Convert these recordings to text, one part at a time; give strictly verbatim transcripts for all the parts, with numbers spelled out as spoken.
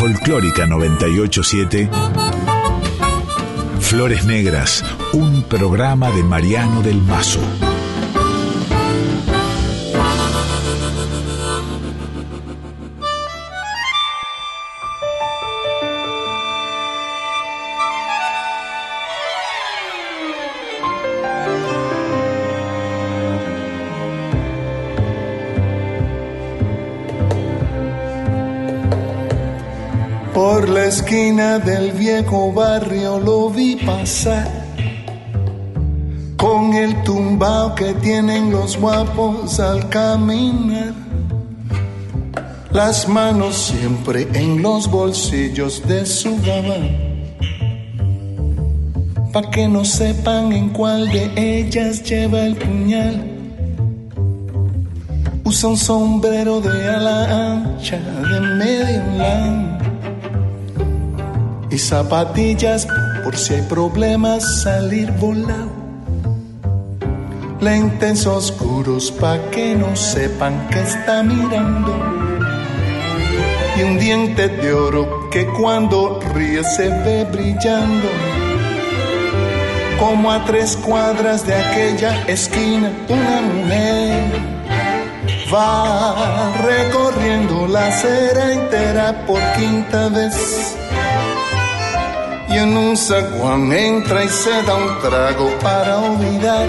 Folclórica noventa y ocho siete, Flores Negras, un programa de Mariano del Mazo. Por la esquina del viejo barrio lo vi pasar, con el tumbao que tienen los guapos al caminar, las manos siempre en los bolsillos de su gabán, pa' que no sepan en cuál de ellas lleva el puñal. Usa un sombrero de ala ancha de medio lado y zapatillas por si hay problemas salir volado. Lentes oscuros pa' que no sepan que está mirando, y un diente de oro que cuando ríe se ve brillando. Como a tres cuadras de aquella esquina una mujer va recorriendo la acera entera por quinta vez, y en un zaguán entra y se da un trago para olvidar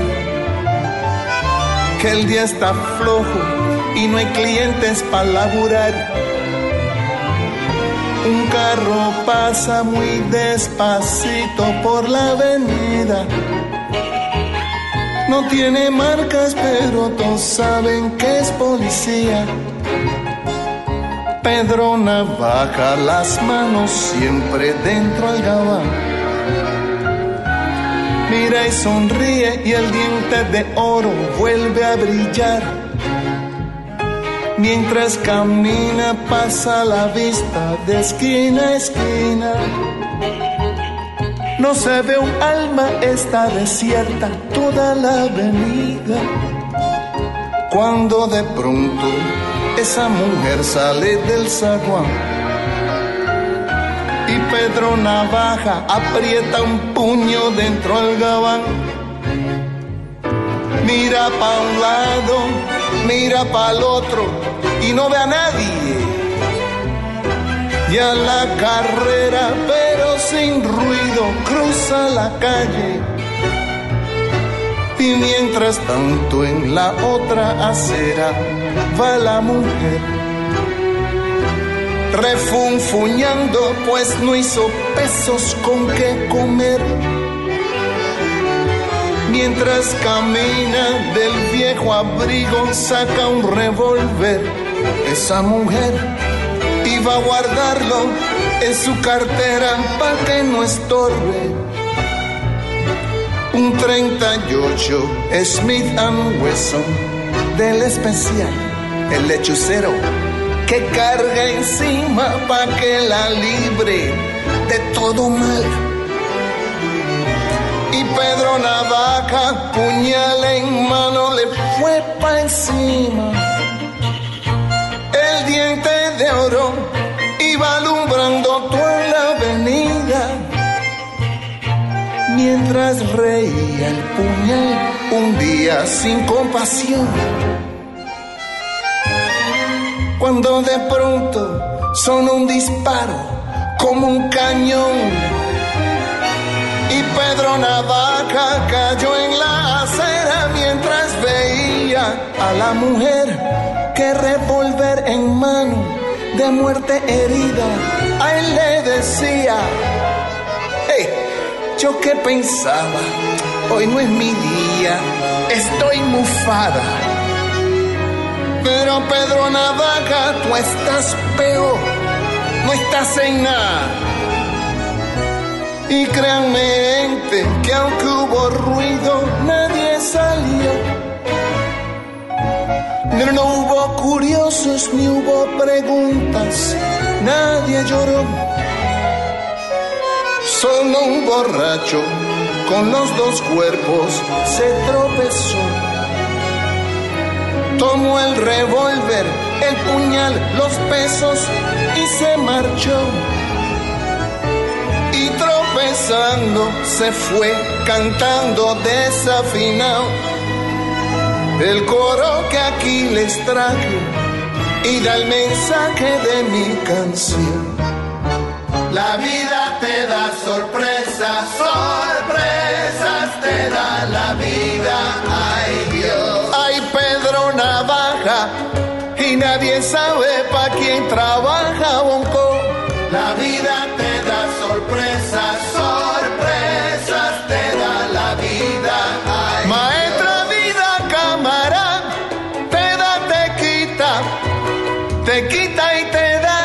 que el día está flojo y no hay clientes para laburar. Un carro pasa muy despacito por la avenida, no tiene marcas pero todos saben que es policía. Pedro Navaja, las manos siempre dentro al gabán, mira y sonríe y el diente de oro vuelve a brillar. Mientras camina pasa la vista de esquina a esquina, no se ve un alma, está desierta toda la avenida. Cuando de pronto esa mujer sale del zaguán y Pedro Navaja aprieta un puño dentro al gabán. Mira pa' un lado, mira pa' el otro y no ve a nadie. Y a la carrera, pero sin ruido, cruza la calle. Y mientras tanto en la otra acera va la mujer refunfuñando, pues no hizo pesos con qué comer. Mientras camina del viejo abrigo saca un revólver. Esa mujer iba a guardarlo en su cartera pa' que no estorbe. Un treinta y ocho Smith and Wesson del especial, el lechucero que carga encima pa' que la libre de todo mal. Y Pedro Navaja, puñal en mano, le fue pa' encima. El diente de oro iba alumbrando toda la avenida, mientras reía el puñal un día sin compasión. Cuando de pronto sonó un disparo como un cañón y Pedro Navaja cayó en la acera mientras veía a la mujer que revólver en mano de muerte herida a él le decía: hey, yo que pensaba, hoy no es mi día, estoy mufada. Pero Pedro Navaja, tú estás peor, no estás en nada. Y créanme, gente, que aunque hubo ruido, nadie salió. No hubo curiosos ni hubo preguntas, nadie lloró. Solo un borracho con los dos cuerpos se tropezó. tomó el revólver, el puñal, los pesos y se marchó. Y tropezando se fue cantando desafinado el coro que aquí les traje y da el mensaje de mi canción. La vida te da sorpresas, sorpresas te da la vida, ay Dios. Ay Pedro Navaja, y nadie sabe pa' quién trabaja, Bonco. La vida te da sorpresas, sorpresas te da la vida, ay Maestra Dios. Vida, cámara, te da, te quita, te quita y te da.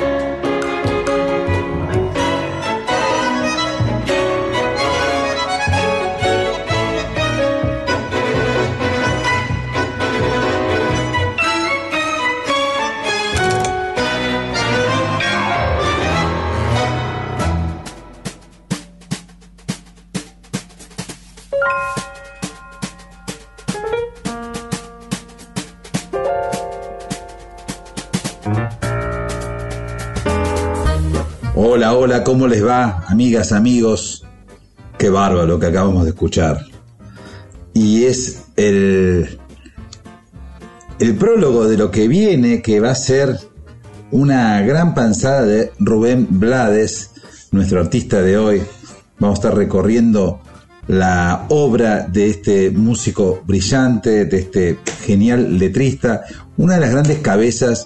Hola, hola, ¿cómo les va, amigas, amigos? Qué bárbaro lo que acabamos de escuchar. Y es el, el prólogo de lo que viene, que va a ser una gran panzada de Rubén Blades, nuestro artista de hoy. Vamos a estar recorriendo la obra de este músico brillante, de este genial letrista, una de las grandes cabezas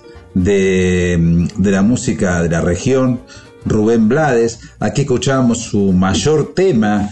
de, de la música de la región, Rubén Blades. Aquí escuchábamos su mayor tema,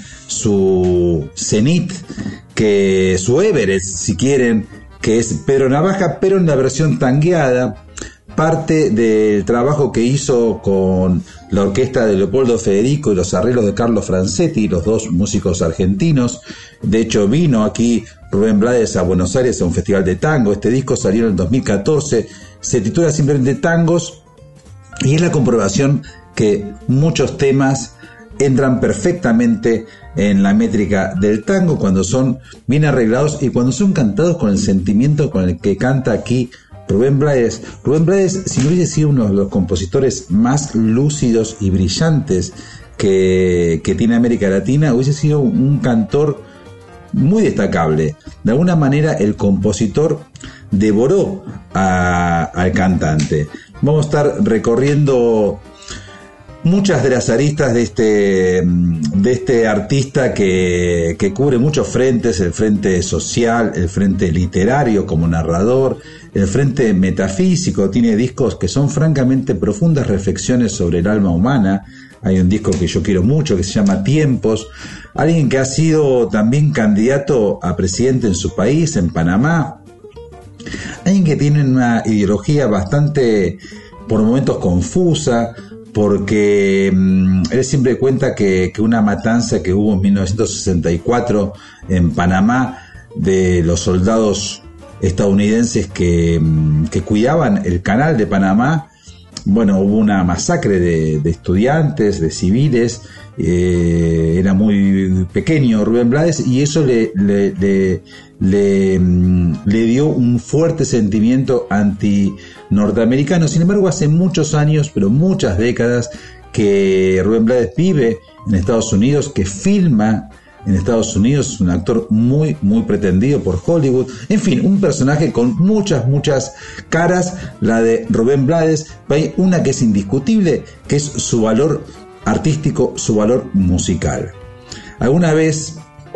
su cenit, que su Everest, si quieren, que es Pedro Navaja, pero en la versión tangueada, parte del trabajo que hizo con la orquesta de Leopoldo Federico y los arreglos de Carlos Francetti, los dos músicos argentinos. De hecho, vino aquí Rubén Blades a Buenos Aires a un festival de tango. Este disco salió en el dos mil catorce, se titula simplemente Tangos, y es la comprobación que muchos temas entran perfectamente en la métrica del tango cuando son bien arreglados y cuando son cantados con el sentimiento con el que canta aquí Rubén Blades. Rubén Blades, si no hubiese sido uno de los compositores más lúcidos y brillantes que, que tiene América Latina, hubiese sido un cantor muy destacable. De alguna manera el compositor devoró a, al cantante. Vamos a estar recorriendo muchas de las aristas de este, de este artista que, que cubre muchos frentes: el frente social, el frente literario como narrador, el frente metafísico. Tiene discos que son francamente profundas reflexiones sobre el alma humana. Hay un disco que yo quiero mucho que se llama Tiempos. Alguien que ha sido también candidato a presidente en su país, en Panamá. Alguien que tiene una ideología bastante, por momentos, confusa, porque mmm, él siempre cuenta que, que una matanza que hubo en mil novecientos sesenta y cuatro en Panamá de los soldados estadounidenses que, mmm, que cuidaban el canal de Panamá, bueno, hubo una masacre de, de estudiantes, de civiles. Eh, era muy pequeño Rubén Blades y eso le, le, le, le, le dio un fuerte sentimiento anti-norteamericano. Sin embargo, hace muchos años, pero muchas décadas, que Rubén Blades vive en Estados Unidos, que filma en Estados Unidos, un actor muy, muy pretendido por Hollywood. En fin, un personaje con muchas, muchas caras, la de Rubén Blades. Hay una que es indiscutible, que es su valor artístico, su valor musical. Alguna vez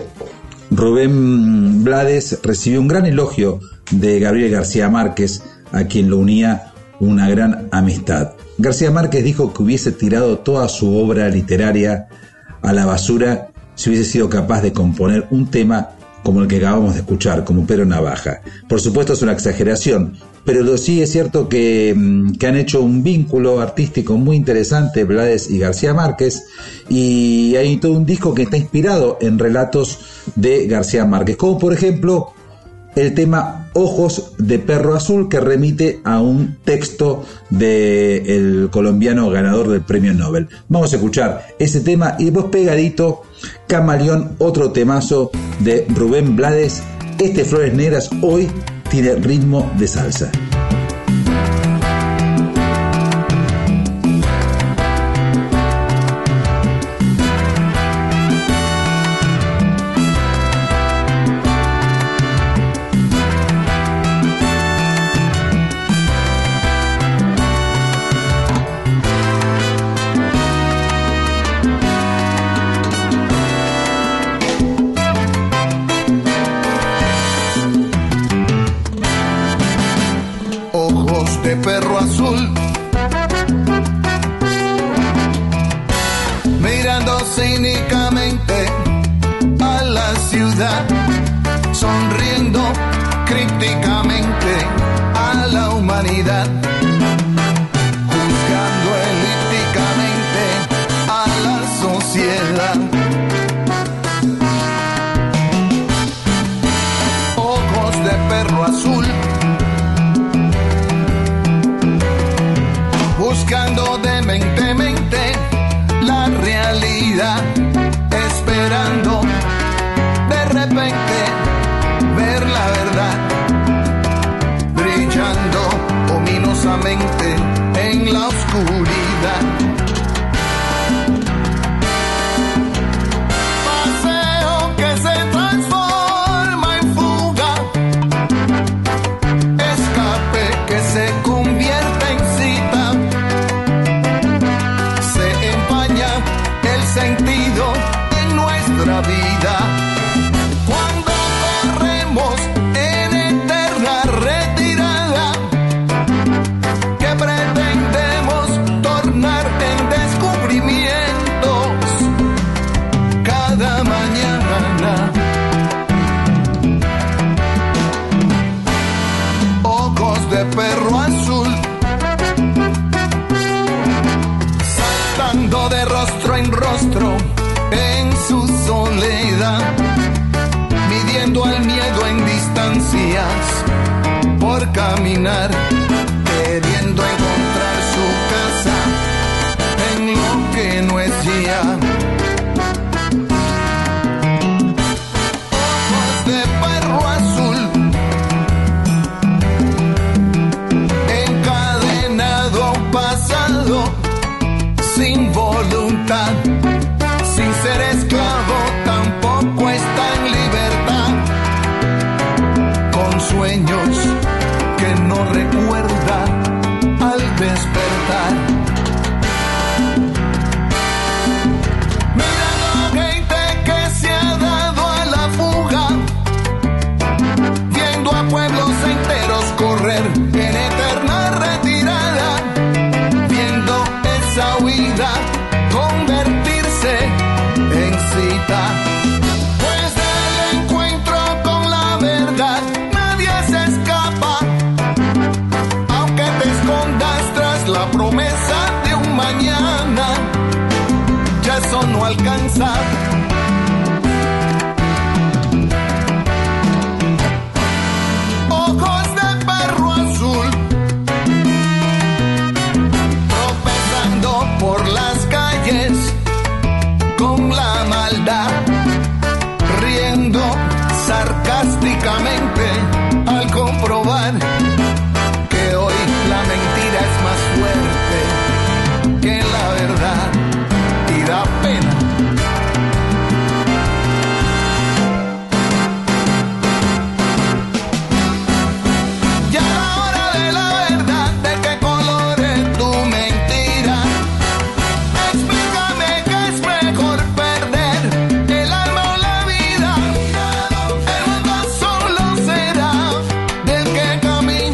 Rubén Blades recibió un gran elogio de Gabriel García Márquez, a quien lo unía una gran amistad. García Márquez dijo que hubiese tirado toda su obra literaria a la basura si hubiese sido capaz de componer un tema como el que acabamos de escuchar, como Pedro Navaja. Por supuesto es una exageración, pero lo sí es cierto que, que han hecho un vínculo artístico muy interesante Blades y García Márquez, y hay todo un disco que está inspirado en relatos de García Márquez, como por ejemplo el tema Ojos de Perro Azul, que remite a un texto del colombiano ganador del premio Nobel. Vamos a escuchar ese tema y después pegadito Camaleón, otro temazo de Rubén Blades. Este Flores Negras hoy tiene ritmo de salsa. Perro azul, mirando cínicamente a la ciudad, sonriendo críticamente a la humanidad, juzgando elípticamente a la sociedad. Ojos de perro azul, buscando dementemente la realidad, esperando de repente ver la verdad, brillando ominosamente en la oscuridad. Paseo que se transforma en fuga, escape que se convierte en cita, sentido en nuestra vida. Cuando corremos en eterna retirada, que pretendemos tornar en descubrimientos cada mañana. Ojos de perro azul, saltando de rostro en rostro en su soledad, midiendo al miedo en distancias por caminar, queriendo encontrar su casa en lo que no es ya. Ojos de perro azul, encadenado a un pasado sin voluntad, sin ser esclavo, tampoco está en libertad, con sueños que no recuerda al despertar. Mirando gente que se ha dado a la fuga, viendo a pueblos enteros correr en eterna retirada, viendo esa huida convertirse en cita, pues del encuentro con la verdad nadie se escapa, aunque te escondas tras la promesa de un mañana, ya eso no alcanza. Ojos de perro azul, tropezando por las calles con la maldad, riendo sarcásticamente al comprobar que hoy la mentira es más fuerte que la verdad y da pena. Ya la hora de la verdad, de qué color es tu mentira. Explícame que es mejor perder el alma o la vida. El mundo solo será del que camina.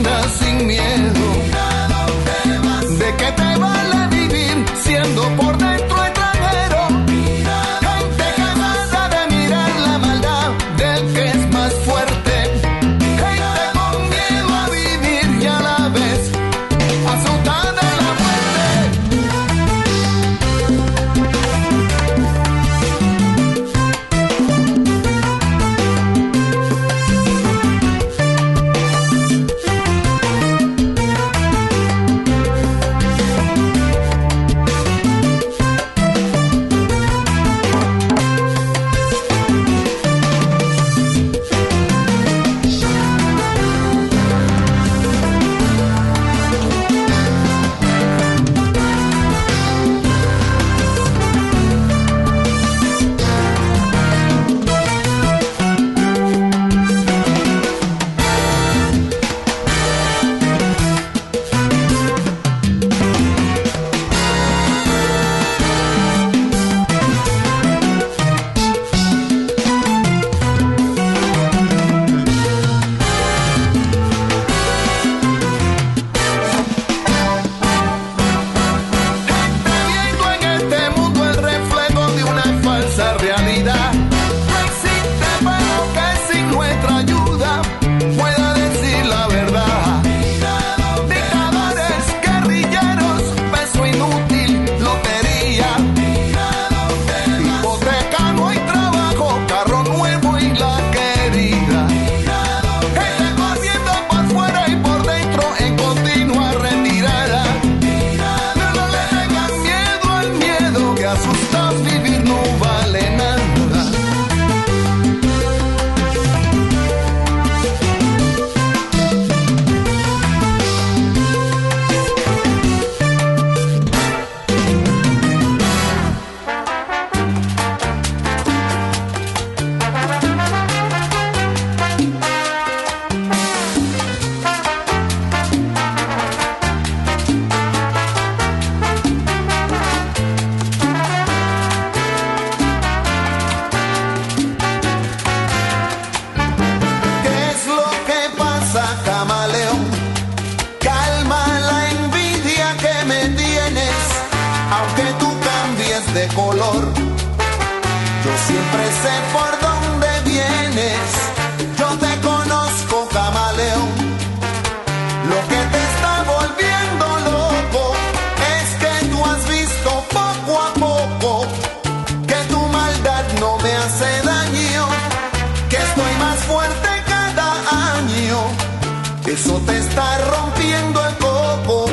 camaleón, calma la envidia que me tienes, aunque tú cambies de color. Yo siempre sé por dónde vienes, yo te conozco, camaleón. Lo que te está volviendo loco es que tú has visto poco a poco que tu maldad no me hace daño, que estoy más fuerte cada año. Eso te está rompiendo el coco.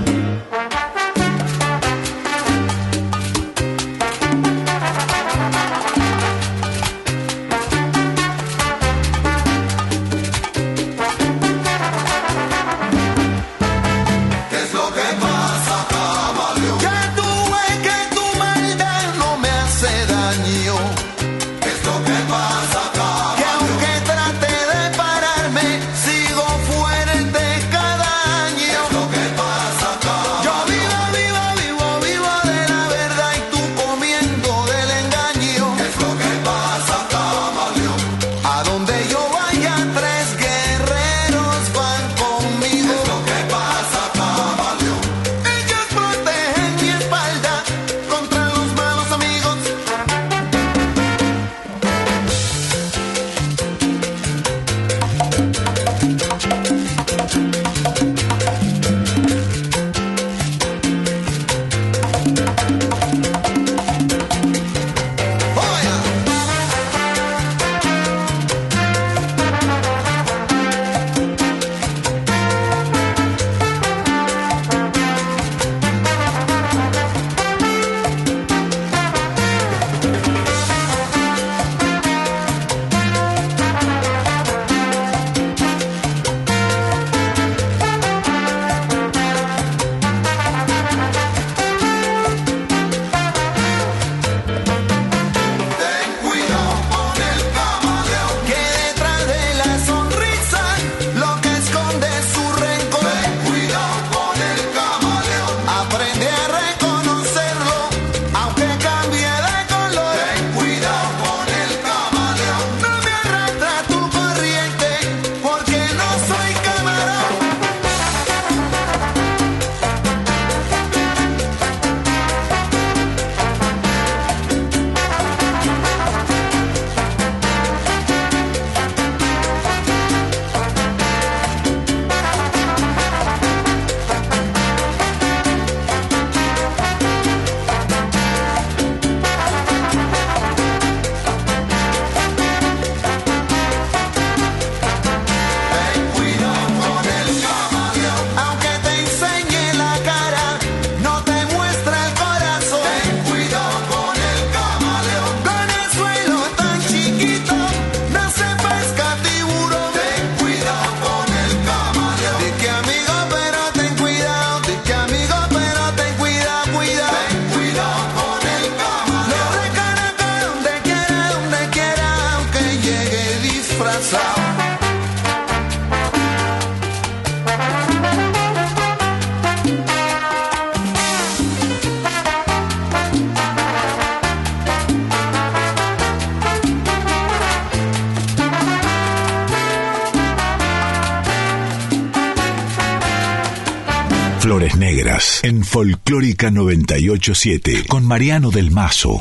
Flores Negras en Folclórica noventa y ocho punto siete con Mariano del Mazo.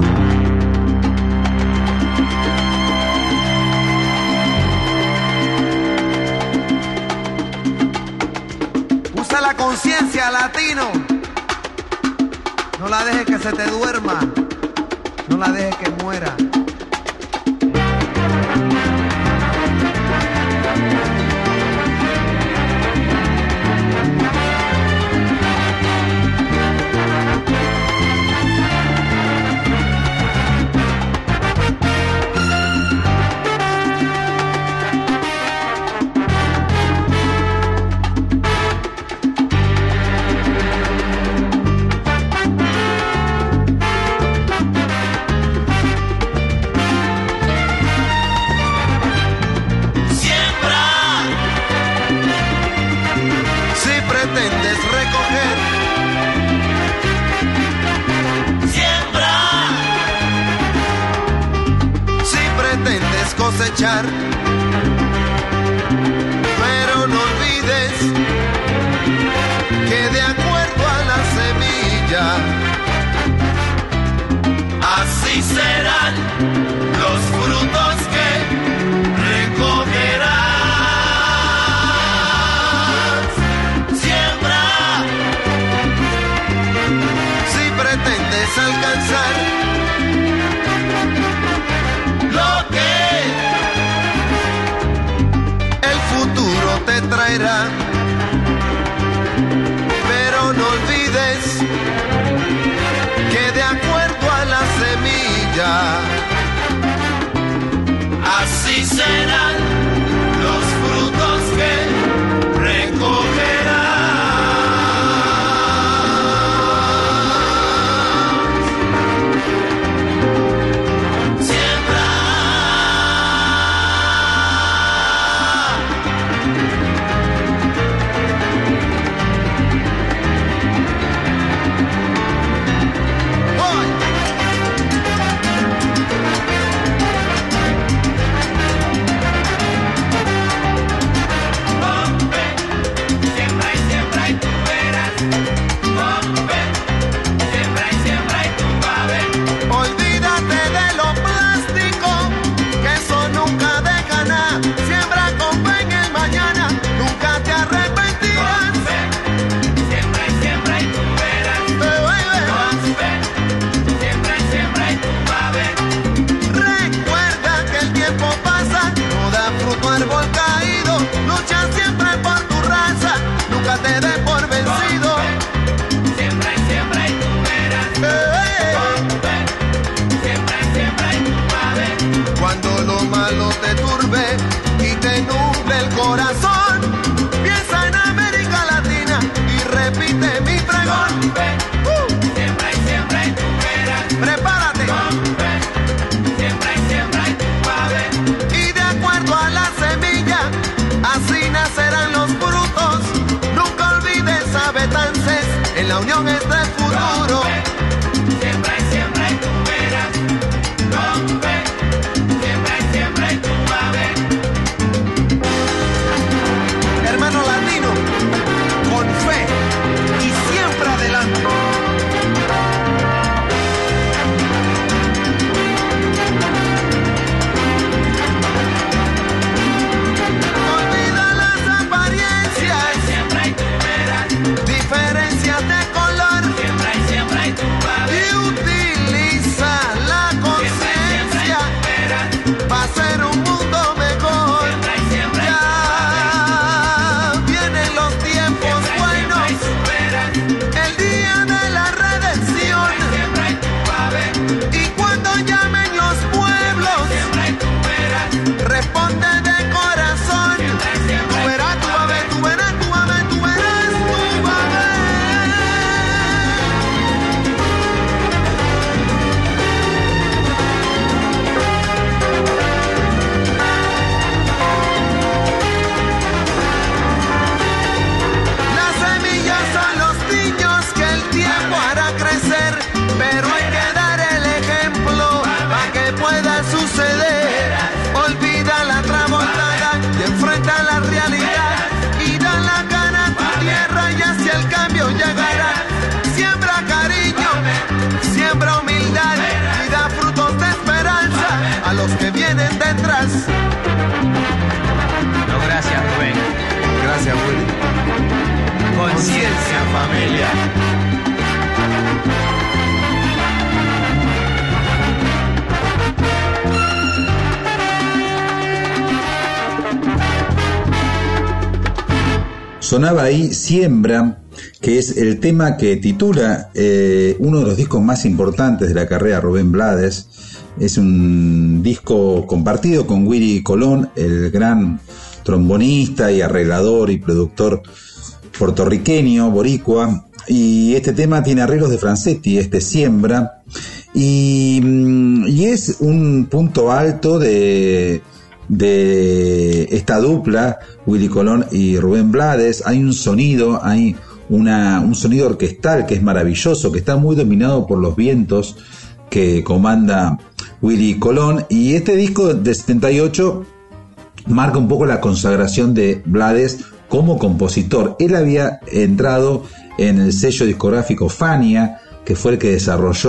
Usa la conciencia, latino. No la dejes que se te duerma. No la dejes que muera. Cosechar, pero no olvides Así serán los frutos que recogerás. Siembra. Si pretendes alcanzar Lo que el futuro te traerá, pero no olvides que de acuerdo a la semilla, así serán los frutos que recogerás. Siembra. ¡voy! Pompe, siembra y siembra y tú verás. Pompe, siembra y siembra y tú vas a ver. Olvídate de lo plástico, que eso nunca deja nada. Siembra con fe en el mañana, nunca te arrepentirás. Pompe, siembra y siembra y tú verás. Eh, eh, eh. Pompe, siembra y siembra y tú vas a ver. Recuerda que el tiempo pasa, no da fruto árbol caído. Lucha siempre por tu raza, nunca te des por vencido. Siembra y siembra y tú verás. Eh, eh. Pompe, siembra y siembra y tú vas a ver. Cuando lo malo te turbe y te nuble el corazón, piensa en América Latina y repite mi pregón. Pompe, Uh, siembra y siembra y tú verás. prepárate. Pompe, siembra y siembra y tú vas a ver. Y de acuerdo a la semilla, así nacerán los frutos. Nunca olvides a Betances, en la unión está el futuro. Siembra y siembra y tú verás. Pompe, siembra y siembra y tú vas a ver. Hermano latino, con fe y siempre adelante. Olvida las apariencias, Siembra y tú verás. diferencias de color Siembra y siembra y tú vas a ver. y utiliza la Siembra y siembra y conciencia tú verás. para hacer un mundo mejor. Siembra y siembra y tú Ya vienen los tiempos buenos, vas a ver. el día de la redención. Siembra y tú vas a ver. Y cuando llamen los pueblos, Siembra y tú verás. responde de corazón. Siembra y siembra Tú y verás, tú vas a ver, tú verás, tú vas a ver, tú verás, tú vas a ver. Las semillas son los niños que el tiempo hará crecer, pero hay que dar el ejemplo para que pueda suceder. Olvida la travoltada y enfrenta la realidad y da la cara a tu tierra y hacia el cambio llegará. Siembra cariño, siembra humildad y da frutos de esperanza a los que vienen detrás. No, gracias, Rubén. Gracias, Willy. Conciencia, familia. Sonaba ahí Siembra, que es el tema que titula eh, uno de los discos más importantes de la carrera de Rubén Blades. Es un disco compartido con Willy Colón, el gran trombonista y arreglador y productor puertorriqueño, boricua. Y este tema tiene arreglos de Francetti, este Siembra. Y, y es un punto alto de... de esta dupla, Willy Colón y Rubén Blades. Hay un sonido, hay una, un sonido orquestal que es maravilloso, que está muy dominado por los vientos que comanda Willy Colón. Y este disco de setenta y ocho marca un poco la consagración de Blades como compositor. Él había entrado en el sello discográfico Fania, que fue el que desarrolló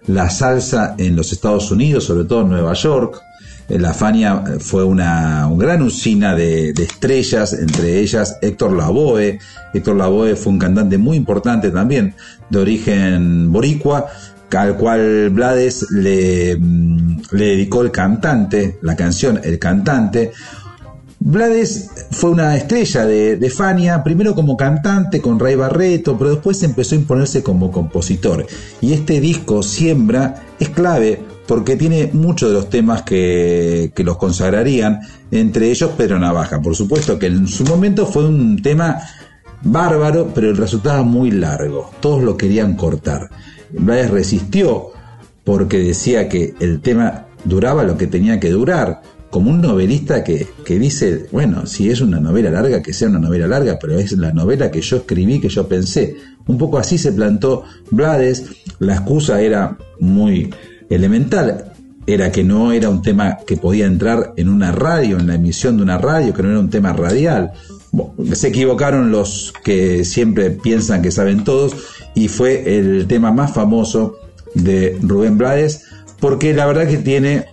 la salsa en los Estados Unidos, sobre todo en Nueva York. La Fania fue una, una gran usina de, de estrellas, entre ellas Héctor Lavoe. Héctor Lavoe fue un cantante muy importante también, de origen boricua, al cual Blades le, le dedicó el cantante, la canción El Cantante. Blades fue una estrella de, de Fania, primero como cantante con Ray Barreto, pero después empezó a imponerse como compositor. Y este disco, Siembra, es clave porque tiene muchos de los temas que, que los consagrarían, entre ellos Pedro Navaja. Por supuesto que en su momento fue un tema bárbaro, pero el resultado era muy largo, todos lo querían cortar. Blades resistió porque decía que el tema duraba lo que tenía que durar, como un novelista que, que dice, bueno, si es una novela larga, que sea una novela larga, pero es la novela que yo escribí, que yo pensé. Un poco así se plantó Blades. La excusa era muy elemental, era que no era un tema que podía entrar en una radio, en la emisión de una radio, que no era un tema radial. Bueno, se equivocaron los que siempre piensan que saben todos, y fue el tema más famoso de Rubén Blades, porque la verdad que tiene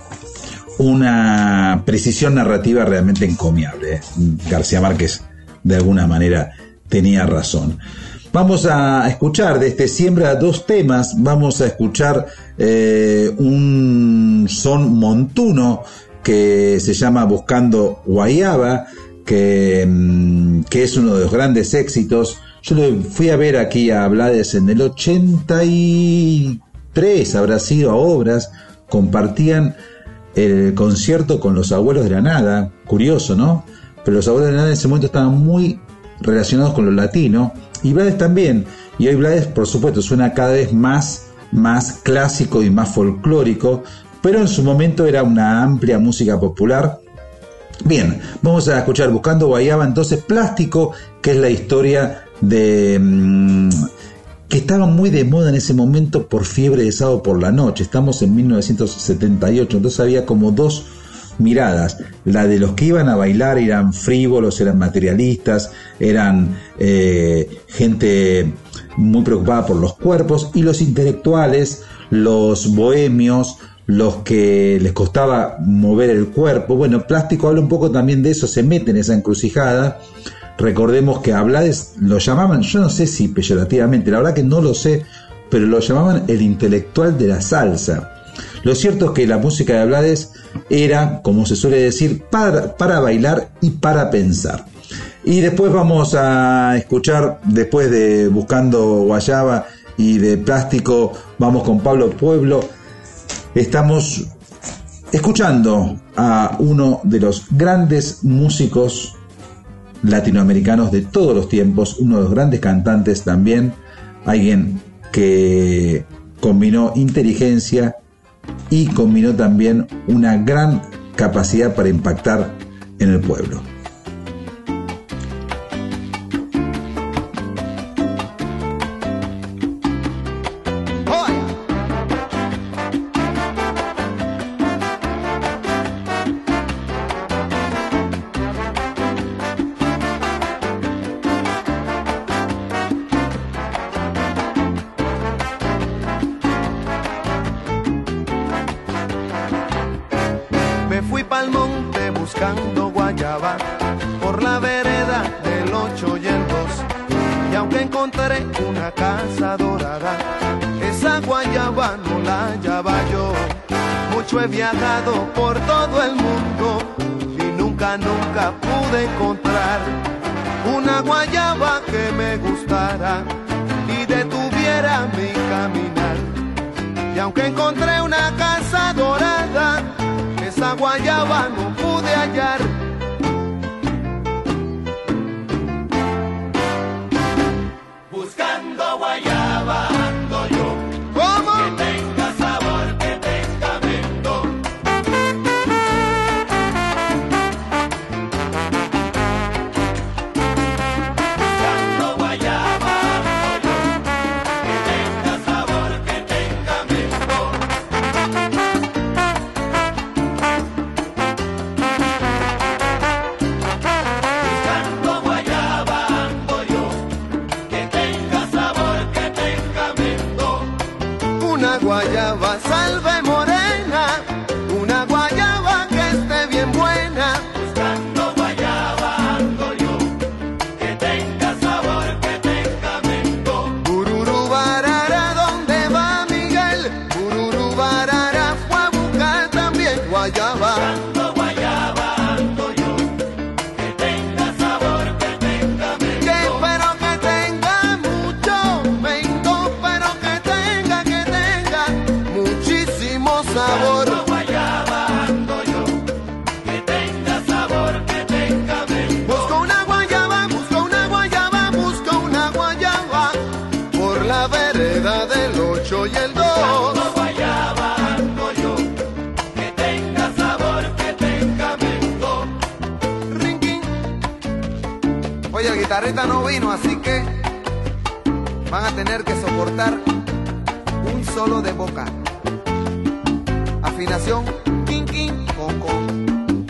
una precisión narrativa realmente encomiable. García Márquez de alguna manera tenía razón. Vamos a escuchar de este Siembra dos temas. Vamos a escuchar eh, un son montuno que se llama Buscando Guayaba, que, que es uno de los grandes éxitos. Yo lo fui a ver aquí a Blades en el ochenta y tres, habrá sido, a Obras. Compartían el concierto con los Abuelos de la Nada. Curioso, ¿no? Pero los Abuelos de la Nada en ese momento estaban muy relacionados con lo latino, y Blades también. Y hoy Blades, por supuesto, suena cada vez más, más clásico y más folclórico, pero en su momento era una amplia música popular. Bien, vamos a escuchar Buscando Guayaba, entonces, Plástico, que es la historia de mmm, que estaba muy de moda en ese momento por Fiebre de Sábado por la Noche. Estamos en mil novecientos setenta y ocho, entonces había como dos miradas. La de los que iban a bailar eran frívolos, eran materialistas, eran eh, gente muy preocupada por los cuerpos, y los intelectuales, los bohemios, los que les costaba mover el cuerpo. Bueno, Plástico habla un poco también de eso, se mete en esa encrucijada. Recordemos que a Blades lo llamaban, yo no sé si peyorativamente, la verdad que no lo sé, pero lo llamaban el intelectual de la salsa. Lo cierto es que la música de Blades era, como se suele decir, para, para bailar y para pensar. Y después vamos a escuchar, después de Buscando Guayaba y de Plástico, vamos con Pablo Pueblo. Estamos escuchando a uno de los grandes músicos latinoamericanos de todos los tiempos, uno de los grandes cantantes también, alguien que combinó inteligencia y combinó también una gran capacidad para impactar en el pueblo. He viajado por todo el mundo y nunca, nunca pude encontrar una guayaba que me gustara y detuviera mi caminar. Y aunque encontré una casa dorada, esa guayaba no pude hallar. Buscando guayaba ando yo. ¿Cómo? Que tenga sabor, que tenga mento. Buscando guayaba ando yo. Que tenga sabor, que tenga mento. Oye, el guitarrista no vino, así que van a tener que soportar un solo de boca. Afinación, king, king, con, con.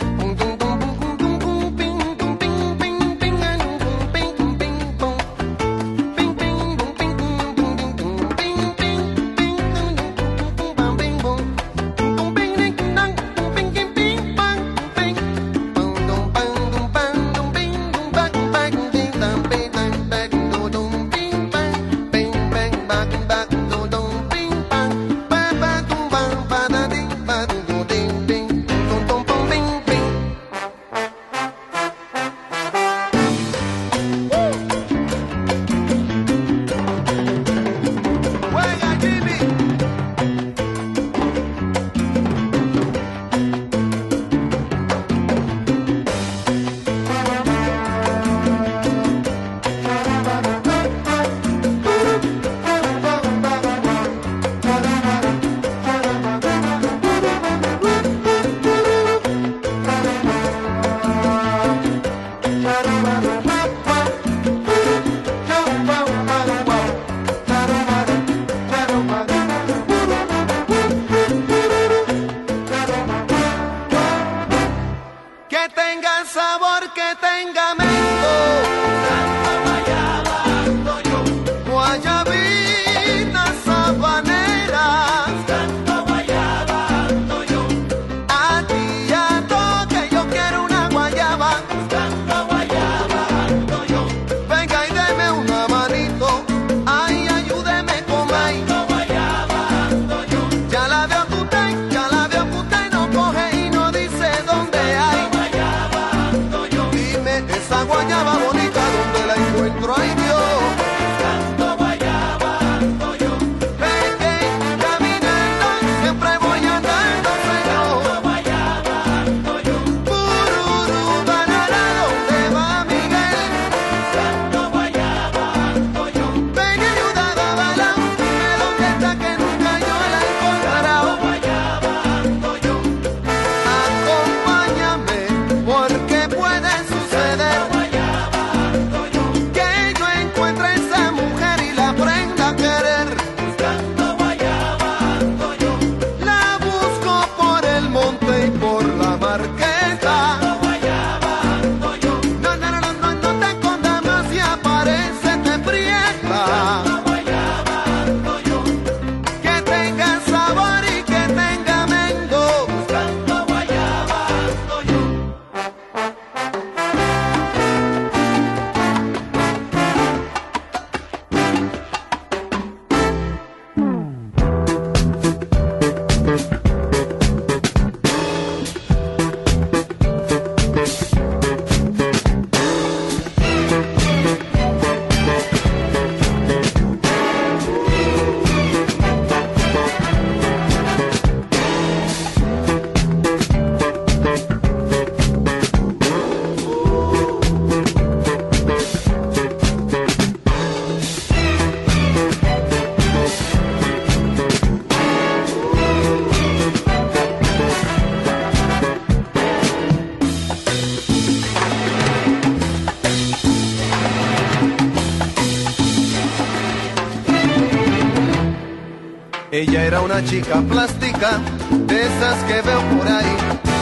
Ella era una chica plástica, de esas que veo por ahí,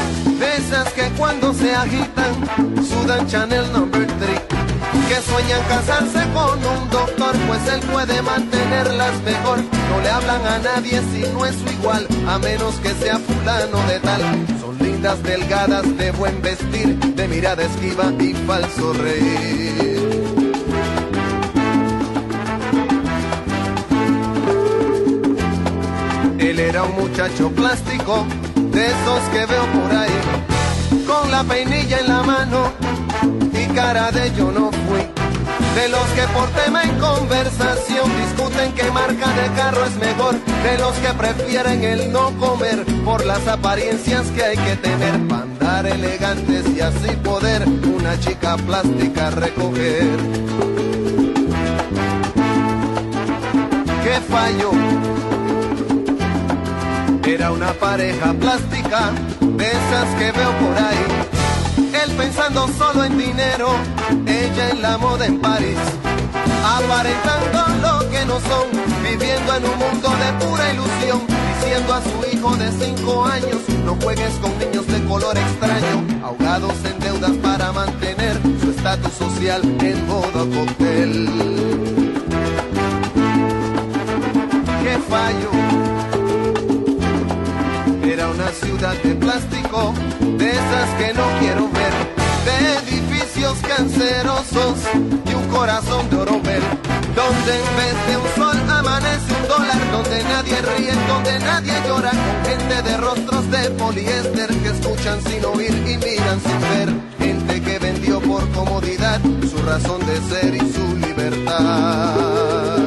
de esas que cuando se agitan sudan Chanel number three, que sueñan casarse con un doctor, pues él puede mantenerlas mejor. No le hablan a nadie si no es su igual, a menos que sea fulano de tal. Son lindas, delgadas, de buen vestir, de mirada esquiva y falso reír. Él era un muchacho plástico, de esos que veo por ahí, con la peinilla en la mano y cara de yo no fui. De los que por tema en conversación discuten qué marca de carro es mejor, de los que prefieren el no comer por las apariencias que hay que tener para andar elegantes y así poder una chica plástica recoger. ¿Qué falló? Era una pareja plástica, de esas que veo por ahí. Él pensando solo en dinero, ella oyen la moda en París, aparentando lo que no son, viviendo en un mundo de pura ilusión, diciendo a su hijo de cinco años, no juegues con niños de color extraño, ahogados en deudas para mantener su estatus social en modo cóctel. ¡Qué fallo! Era una ciudad de plástico, de esas que no quiero ver, de edificios cancerosos y un corazón de oropel, donde en vez de un sol amanece un dólar, donde nadie ríe, donde nadie llora, con gente de rostros de poliéster que escuchan sin oír y miran sin ver, gente que vendió por comodidad su razón de ser y su libertad.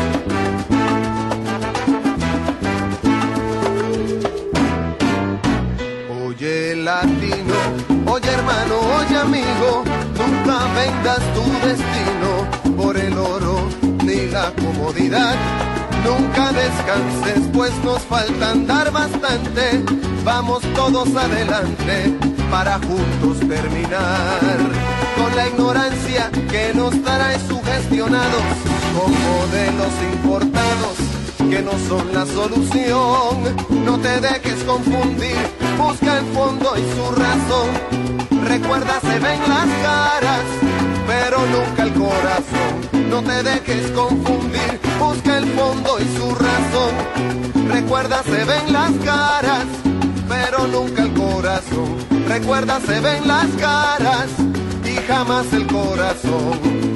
Oye latino, oye hermano, oye amigo, nunca vendas tu destino por el oro ni la comodidad. Nunca descanses, pues nos falta andar bastante. Vamos todos adelante para juntos terminar con la ignorancia que nos trae sugestionados con modelos importados que no son la solución. No te dejes confundir, busca el fondo y su razón. Recuerda, se ven las caras, pero nunca el corazón. No te dejes confundir, busca el fondo y su razón. Recuerda, se ven las caras, pero nunca el corazón. Recuerda, se ven las caras y jamás el corazón.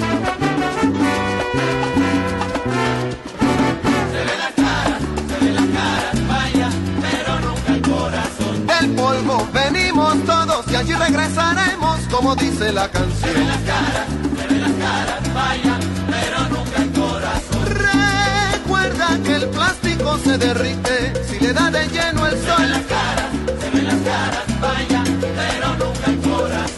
Del polvo venimos todos y allí regresaremos, como dice la canción. Se ven las caras, se ven las caras, vaya, pero nunca el corazón. Recuerda que el plástico se derrite si le da de lleno el sol. Se ven las caras, se ven las caras, vaya, pero nunca el corazón.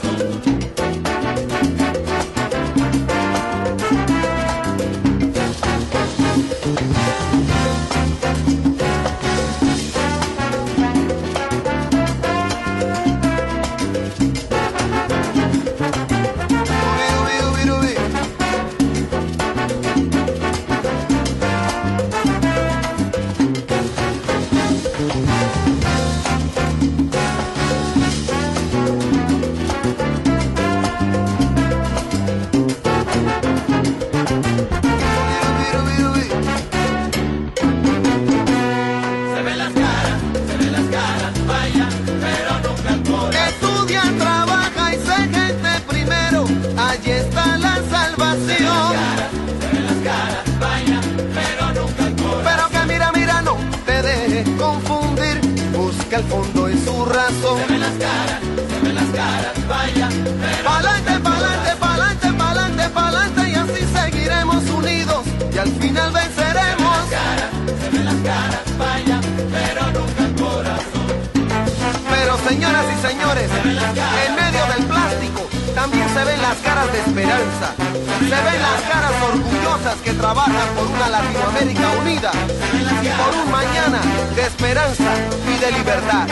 Al fondo y su razón. Se ven las caras, se ven las caras, vaya. Pa'lante, pa'lante, pa'lante, pa'lante, pa'lante, y así seguiremos unidos y al final venceremos. Se ven las caras, se ven las caras, vaya, pero nunca el corazón. Pero señoras y señores, en medio del plástico también se ven las caras de esperanza. Se ven las caras orgullosas que trabajan por una Latinoamérica unida y por un mañana de esperanza y de libertad.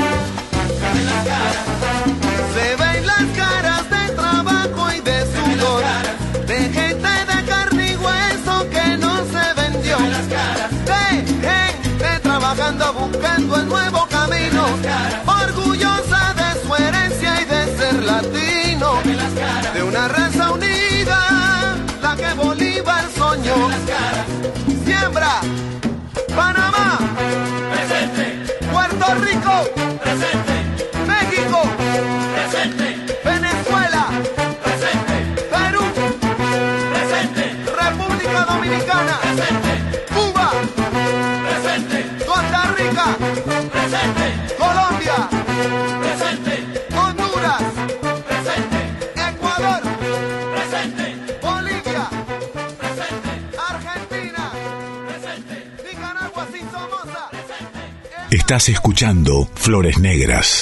Se ven las caras de trabajo y de sudor, de gente de carne y hueso que no se vendió, de gente trabajando buscando el nuevo camino, orgullosa de su herencia y de ser latino, de una raza unida, la que Bolívar soñó. Siembra, Panamá, presente. Puerto Rico, presente. México, presente. Venezuela, presente. Perú, presente. República Dominicana, presente. Cuba, presente. Costa Rica, presente. Colombia, presente. Honduras, presente. Ecuador, presente. Bolivia, presente. Argentina, presente. Nicaragua sin Somoza, presente. Estás escuchando Flores Negras.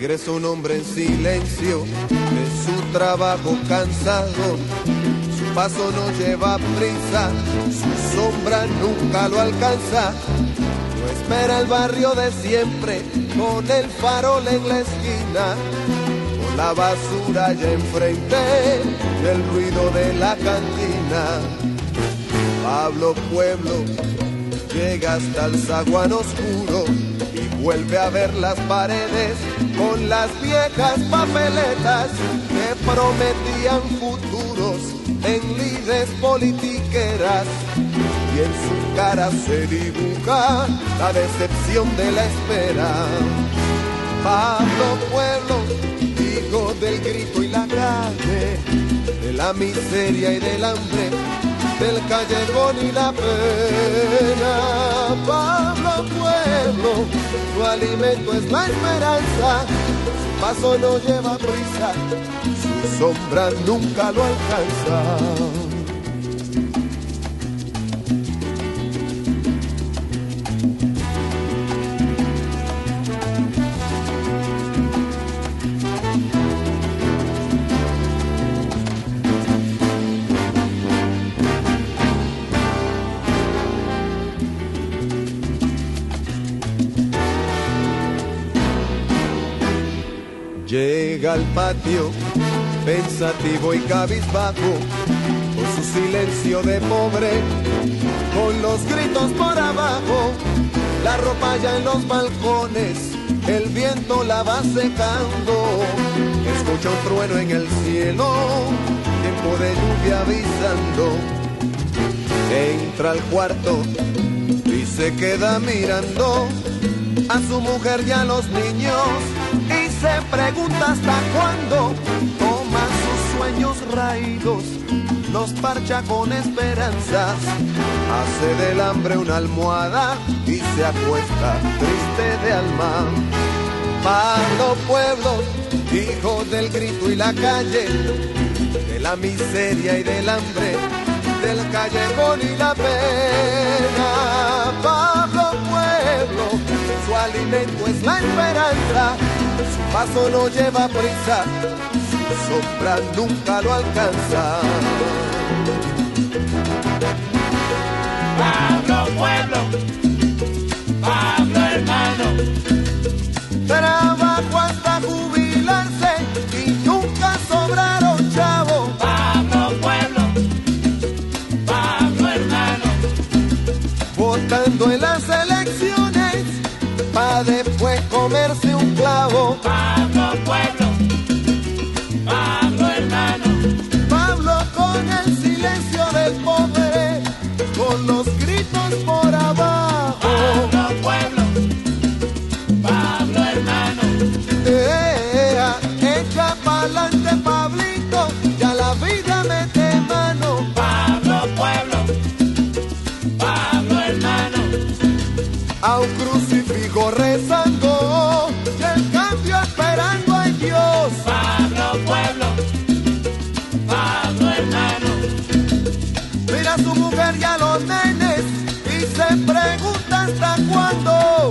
Regresa un hombre en silencio de su trabajo cansado. Su paso no lleva prisa, su sombra nunca lo alcanza. No espera el barrio de siempre, con el farol en la esquina, con la basura allá enfrente y el ruido de la cantina. Pablo Pueblo llega hasta el zaguán oscuro y vuelve a ver las paredes con las viejas papeletas que prometían futuros en lides politiqueras. Y en su cara se dibuja la decepción de la espera. Pablo Pueblo, hijo del grito y la calle, de la miseria y del hambre, del callejón y la pena. Pablo Pueblo, su alimento es la esperanza, su paso no lleva prisa, su sombra nunca lo alcanza. Llega al patio, pensativo y cabizbajo, con su silencio de pobre, con los gritos por abajo, la ropa ya en los balcones, el viento la va secando, escucha un trueno en el cielo, tiempo de lluvia avisando. Entra al cuarto y se queda mirando a su mujer y a los niños, y se pregunta hasta cuándo toma sus sueños raídos, los parcha con esperanzas, hace del hambre una almohada y se acuesta triste de alma. Pablo Pueblo, hijo del grito y la calle, de la miseria y del hambre, del callejón y la pena. Pablo Pueblo, su alimento es la esperanza, su paso no lleva prisa, su sombra nunca lo alcanza. Pablo Pueblo, Pablo hermano, trabajo hasta jubilarse y nunca sobraron chavos. Pablo Pueblo, Pablo hermano, Votando en las elecciones pa' después comerse un clavo. Pablo Pueblo, Pablo hermano, Pablo con el silencio del pobre, con los gritos por abajo. Pablo Pueblo, Pablo hermano, Ea, echa pa'lante Pablito, ya la vida mete mano. Pablo Pueblo, Pablo hermano, A un crucifijo rezando y el cambio esperando a Dios. Pablo Pueblo, Pablo hermano, Mira a su mujer y a los nenes y se pregunta hasta cuándo.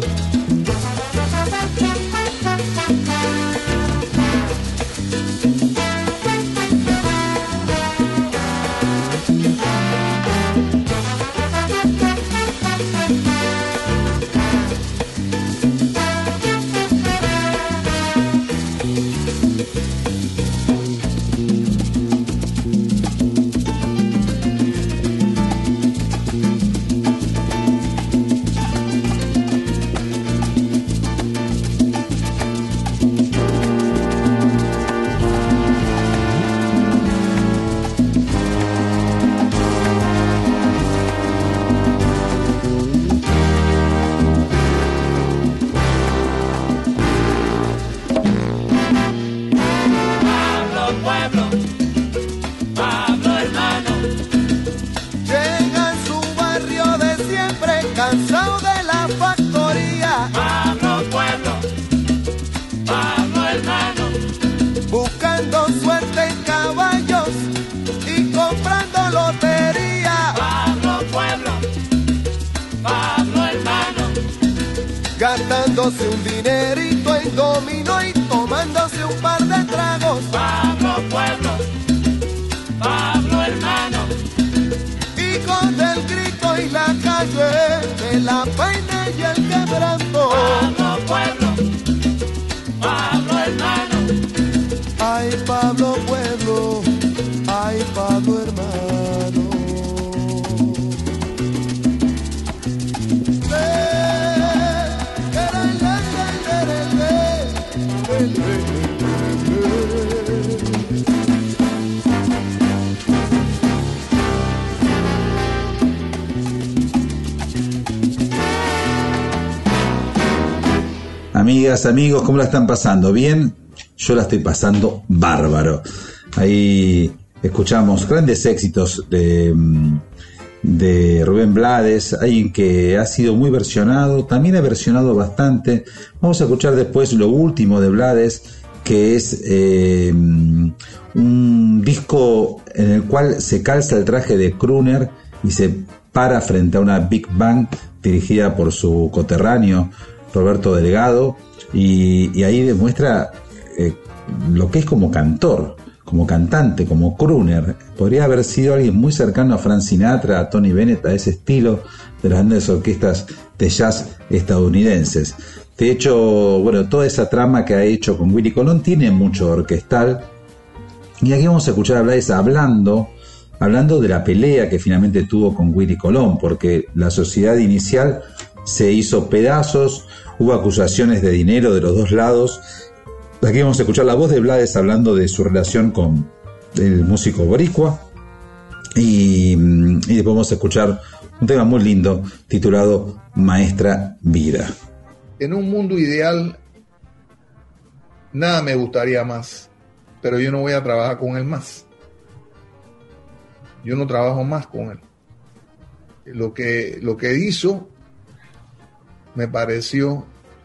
Pablo Pueblo, Pablo hermano, Llega a su barrio de siempre, cansado de la factoría, Pablo Pueblo, Pablo hermano, buscando suerte en caballos y comprando lotería, Pablo Pueblo, Pablo hermano, gastándose un dinerito en dominó y tomando un par de tragos. Pablo Pueblo, Pablo hermano. Y con el grito y la calle de la vaina y el quebranto. Pablo Pueblo, Pablo hermano. Ay, Pablo Pueblo, ay, Pablo hermano. Amigas, amigos, ¿cómo la están pasando? ¿Bien? Yo la estoy pasando bárbaro. Ahí escuchamos grandes éxitos de, de Rubén Blades, alguien que ha sido muy versionado, también ha versionado bastante. Vamos a escuchar después lo último de Blades, que es eh, un disco en el cual se calza el traje de crooner y se para frente a una Big Band dirigida por su coterráneo Roberto Delgado, y, y ahí demuestra eh, lo que es como cantor, como cantante, como crooner. Podría haber sido alguien muy cercano a Frank Sinatra, a Tony Bennett, a ese estilo de las grandes orquestas de jazz estadounidenses. De hecho, bueno, toda esa trama que ha hecho con Willy Colón tiene mucho orquestal, y aquí vamos a escuchar a Blades hablando hablando de la pelea que finalmente tuvo con Willy Colón, porque la sociedad inicial se hizo pedazos, hubo acusaciones de dinero de los dos lados. Aquí vamos a escuchar la voz de Blades hablando de su relación con el músico boricua, y, y después vamos a escuchar un tema muy lindo titulado Maestra Vida. En un mundo ideal nada me gustaría más, pero yo no voy a trabajar con él más. Yo no trabajo más con él. Lo que, lo que hizo me pareció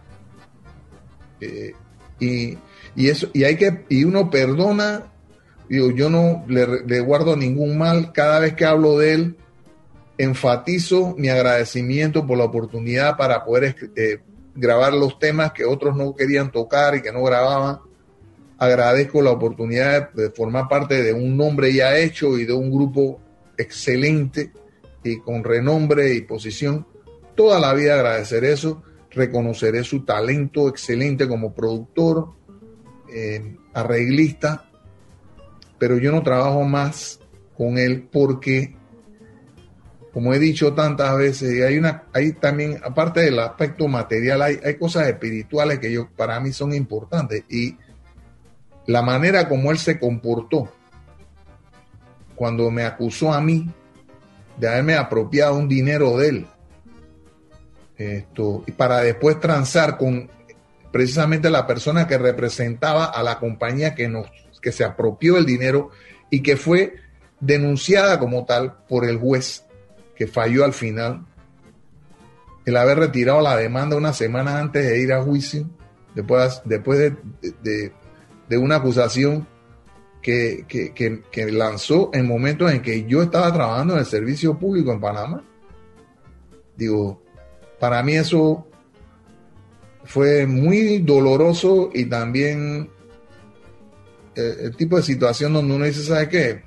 eh, y, y eso y hay que y uno perdona. Digo, yo no le, le guardo ningún mal. Cada vez que hablo de él enfatizo mi agradecimiento por la oportunidad para poder eh, grabar los temas que otros no querían tocar y que no grababan. Agradezco la oportunidad de formar parte de un nombre ya hecho y de un grupo excelente y con renombre y posición. Toda la vida agradecer eso, reconoceré su talento excelente como productor, eh, arreglista, pero yo no trabajo más con él porque, como he dicho tantas veces, hay una, hay también, aparte del aspecto material, hay, hay cosas espirituales que yo, para mí son importantes, y la manera como él se comportó cuando me acusó a mí de haberme apropiado un dinero de él, esto, y para después transar con precisamente la persona que representaba a la compañía que nos que se apropió el dinero y que fue denunciada como tal por el juez, que falló al final, el haber retirado la demanda una semana antes de ir a juicio, después, después de, de, de una acusación que, que, que, que lanzó en momentos en que yo estaba trabajando en el servicio público en Panamá. Digo, para mí eso fue muy doloroso, y también el, el tipo de situación donde uno dice, ¿sabe qué?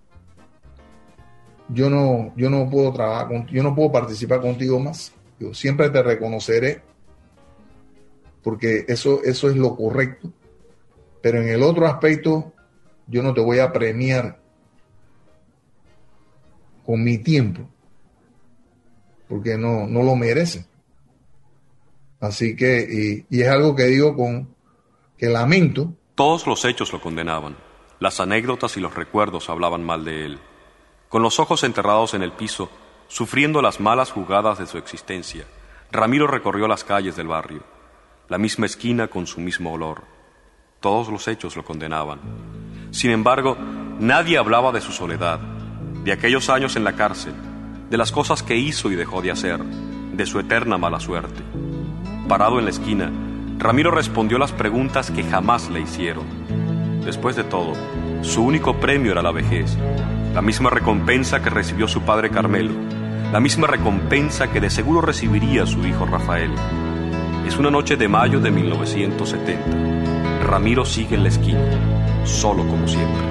Yo no, yo no puedo trabajar con, yo no puedo participar contigo más. Yo siempre te reconoceré porque eso, eso es lo correcto, pero en el otro aspecto yo no te voy a premiar con mi tiempo, porque no, no lo merece. Así que, y, y es algo que digo con, que lamento. Todos los hechos lo condenaban. Las anécdotas y los recuerdos hablaban mal de él. Con los ojos enterrados en el piso, sufriendo las malas jugadas de su existencia, Ramiro recorrió las calles del barrio, la misma esquina con su mismo olor. Todos los hechos lo condenaban. Sin embargo, nadie hablaba de su soledad, de aquellos años en la cárcel, de las cosas que hizo y dejó de hacer, de su eterna mala suerte. Parado en la esquina, Ramiro respondió las preguntas que jamás le hicieron. Después de todo, su único premio era la vejez, la misma recompensa que recibió su padre Carmelo, la misma recompensa que de seguro recibiría su hijo Rafael. Es una noche de mayo de mil novecientos setenta. Ramiro sigue en la esquina, solo como siempre.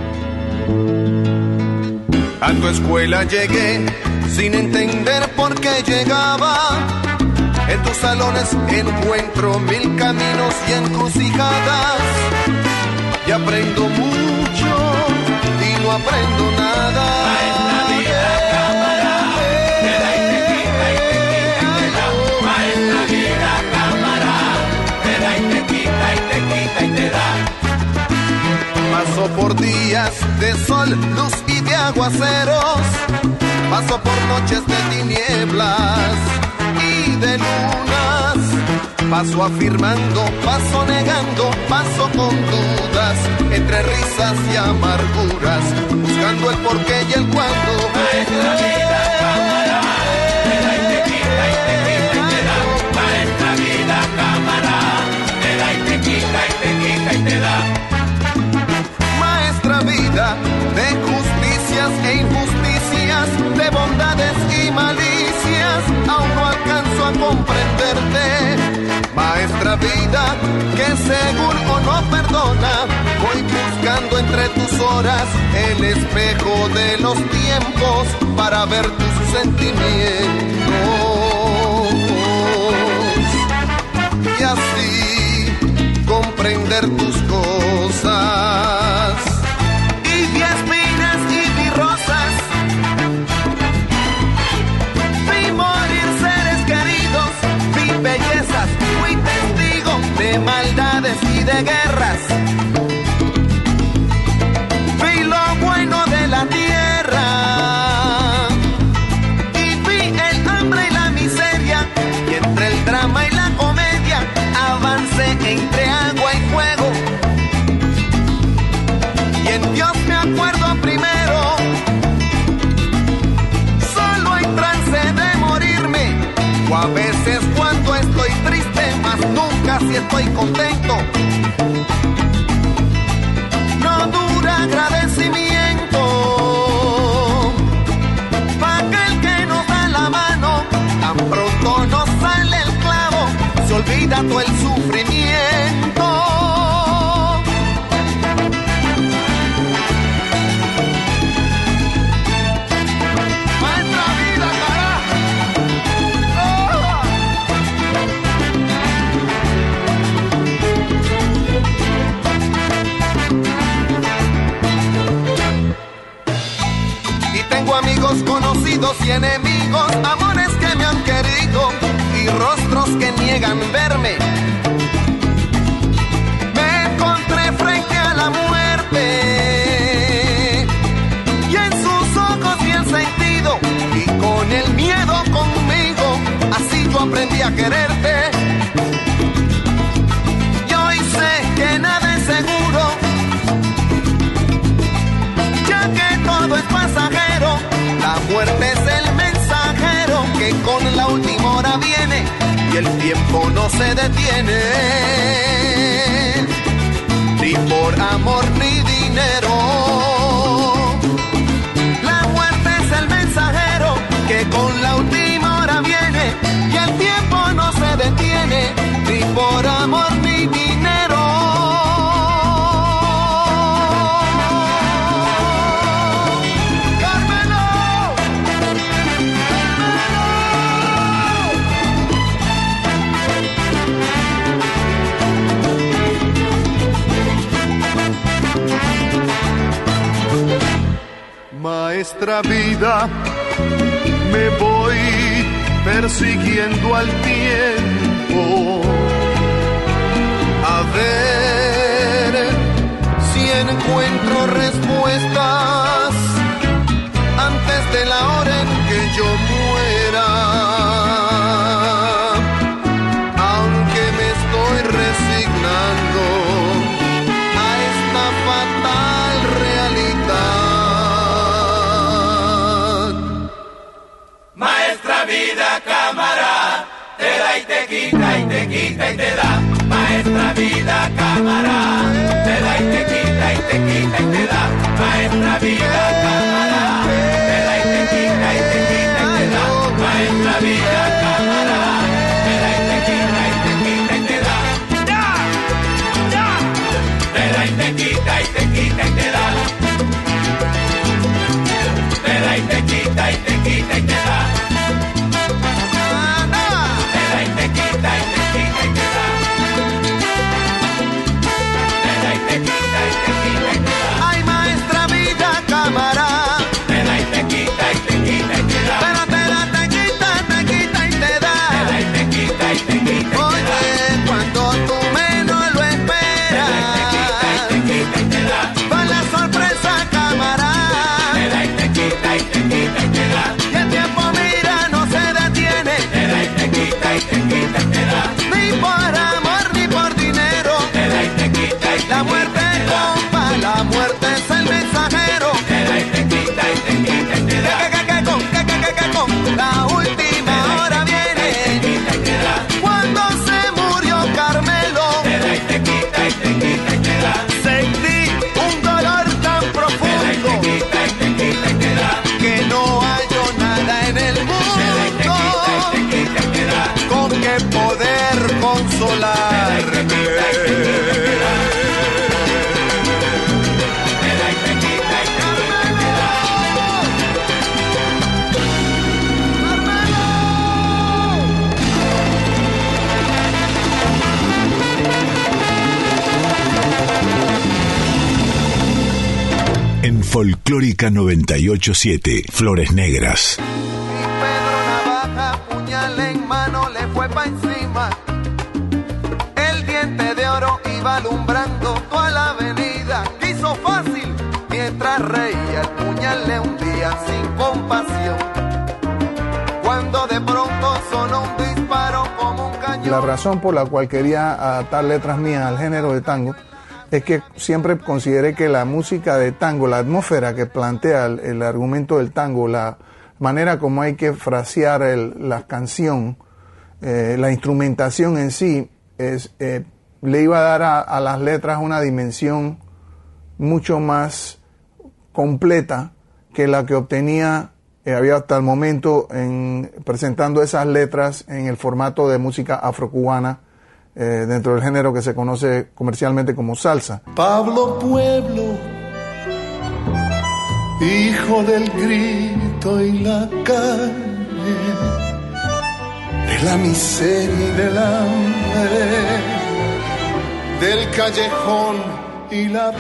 A tu escuela llegué sin entender por qué llegaba. En tus salones encuentro mil caminos y encrucijadas. Y aprendo mucho y no aprendo nada. Maestra vida, cámara, te da y te quita y te quita y te da. Maestra vida, cámara, te da y te quita y te quita y te da. Paso por días de sol, luz y de aguaceros. Paso por noches de tinieblas y de lunas. Paso afirmando, paso negando, paso con dudas, entre risas y amarguras, buscando el porqué y el cuándo. Maestra vida, cámara, te da y te quita y te quita y te da. Maestra vida, cámara, te da y te quita y te quita y te da. Maestra vida de justicias e injusticias, de bondades y malicias, aún no alcanzo a comprenderte. Maestra vida, que según o no perdona, voy buscando entre tus horas el espejo de los tiempos para ver tus sentimientos y así comprender tus cosas. Y vi espinas y vi rosas, vi morir seres queridos, vi bellezas, fui testigo de maldades y de guerras. Vi lo bueno de la tierra y vi el hambre y la miseria, y entre el drama y la comedia avancé entre agua y fuego. Y en Dios me acuerdo primero, solo hay trance de morirme, o a veces cuando estoy triste, mas nunca si estoy contento. No dura agradecimiento pa' aquel que nos da la mano, tan pronto nos sale el clavo, se olvida todo el sufrimiento. Amigos conocidos y enemigos, amores que me han querido y rostros que niegan verme. Me encontré frente a la muerte y en sus ojos vi el sentido, y con el miedo conmigo, así yo aprendí a quererte. Y hoy sé que nada es seguro, ya que todo es pasajero. La muerte es el mensajero que con la última hora viene y el tiempo no se detiene, ni por amor ni dinero. La muerte es el mensajero que con la última hora viene y el tiempo no se detiene, ni por amor ni dinero. Maestra vida, me voy persiguiendo al tiempo, a ver si encuentro respuestas antes de la hora en que yo muera. Aunque me estoy resignando a esta fatal realidad. Vida, cámara, te da y te quita y te quita y te da. Maestra vida, cámara, te da y te quita y te quita y te da. Maestra vida, cámara, te da y te quita y te quita y te da. Maestra vida, cámara, te da y te quita y te quita y te da. ¡Ya! ¡Ya! quita y te quita y te da. Ni por amor ni por dinero. Te da y te quita y te La muerte compa, la muerte es el mensajero. Te da y te quita y te quita y te da. Que, que, que, con, que, que, que, que, con. La última hora viene. Cuando se murió Carmelo. Te da y te quita y te quita y te da. Sentí un dolor tan profundo. Te quita y te quita y te da. Que no hallo nada en el mundo con que poder consolarme. En Folclórica noventa y ocho siete, Flores Negras. Pedro Navaja, puñal en mano, le fue pa' encima. El diente de oro iba alumbrando toda la avenida. Quiso fácil, mientras reía, el puñal le hundía sin compasión. Cuando de pronto sonó un disparo como un cañón. La razón por la cual quería adaptar letras mías al género de tango es que siempre consideré que la música de tango, la atmósfera que plantea el, el argumento del tango, la manera como hay que frasear el, la canción, eh, la instrumentación en sí, es, eh, le iba a dar a, a las letras una dimensión mucho más completa que la que obtenía, eh, había hasta el momento en, presentando esas letras en el formato de música afrocubana, Eh, dentro del género que se conoce comercialmente como salsa. Pablo Pueblo, hijo del grito y la calle, de la miseria y del hambre, del callejón y la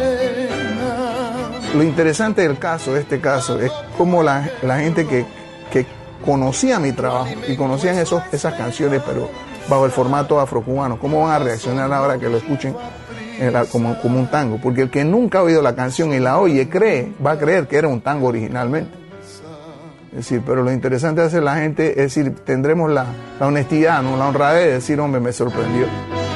pena. Lo interesante del caso, de este caso, es cómo la, la gente que, que conocía mi trabajo y conocían esos, esas canciones, pero bajo el formato afrocubano, ¿cómo van a reaccionar ahora que lo escuchen la, como, como un tango? Porque el que nunca ha oído la canción y la oye, cree, va a creer que era un tango originalmente. Es decir, pero lo interesante de hacer la gente, es decir, tendremos la, la honestidad, ¿no? La honradez de decir, hombre, me sorprendió.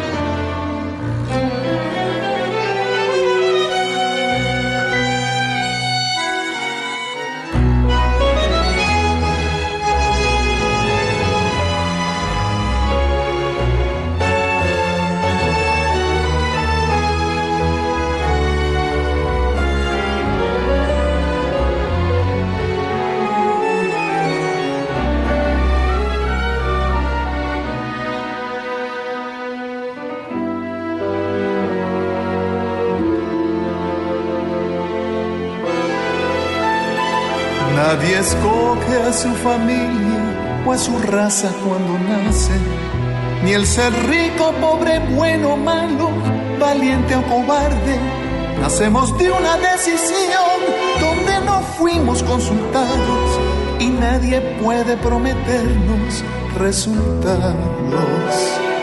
Nadie escoge a su familia o a su raza cuando nace, ni el ser rico, pobre, bueno, malo, valiente o cobarde. Nacemos de una decisión donde no fuimos consultados y nadie puede prometernos resultados.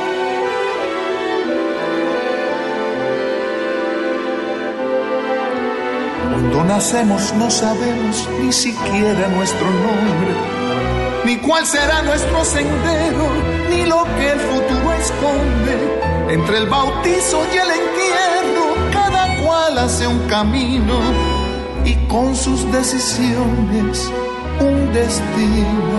Cuando nacemos no sabemos ni siquiera nuestro nombre, ni cuál será nuestro sendero, ni lo que el futuro esconde. Entre el bautizo y el entierro, cada cual hace un camino y con sus decisiones un destino.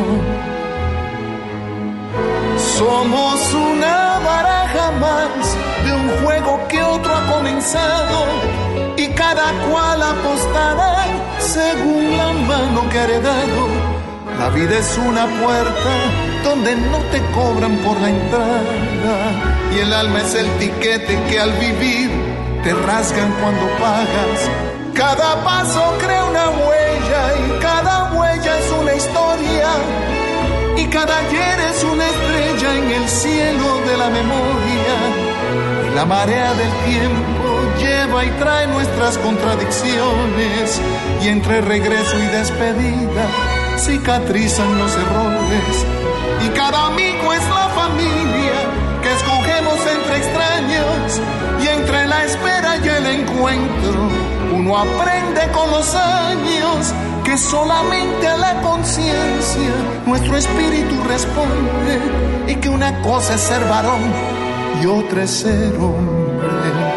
Somos una baraja más de un juego que otro ha comenzado, y cada cual apostará según la mano que ha heredado. La vida es una puerta donde no te cobran por la entrada, y el alma es el tiquete que al vivir te rasgan cuando pagas. Cada paso crea una huella y cada huella es una historia, y cada ayer es una estrella en el cielo de la memoria. Y la marea del tiempo lleva y trae nuestras contradicciones, y entre regreso y despedida cicatrizan los errores. Y cada amigo es la familia que escogemos entre extraños, y entre la espera y el encuentro uno aprende con los años que solamente a la conciencia nuestro espíritu responde, y que una cosa es ser varón y otra es ser hombre.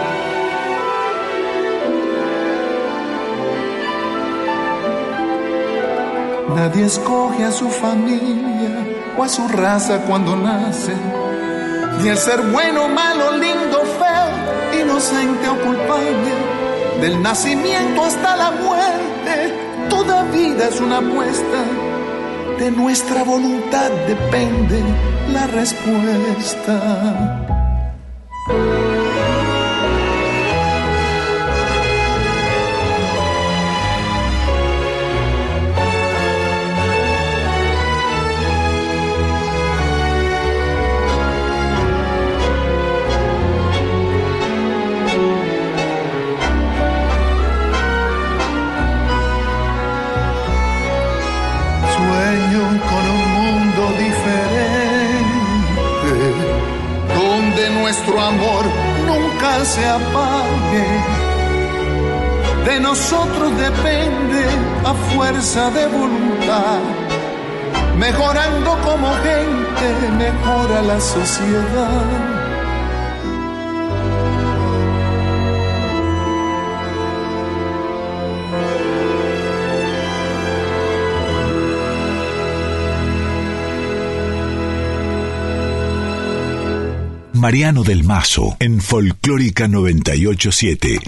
Nadie escoge a su familia o a su raza cuando nace, ni el ser bueno, malo, lindo, feo, inocente o culpable. Del nacimiento hasta la muerte, toda vida es una apuesta. De nuestra voluntad depende la respuesta. Nuestro amor nunca se apague. De nosotros depende a fuerza de voluntad. Mejorando como gente, mejora la sociedad. Mariano del Mazo en Folclórica noventa y ocho siete.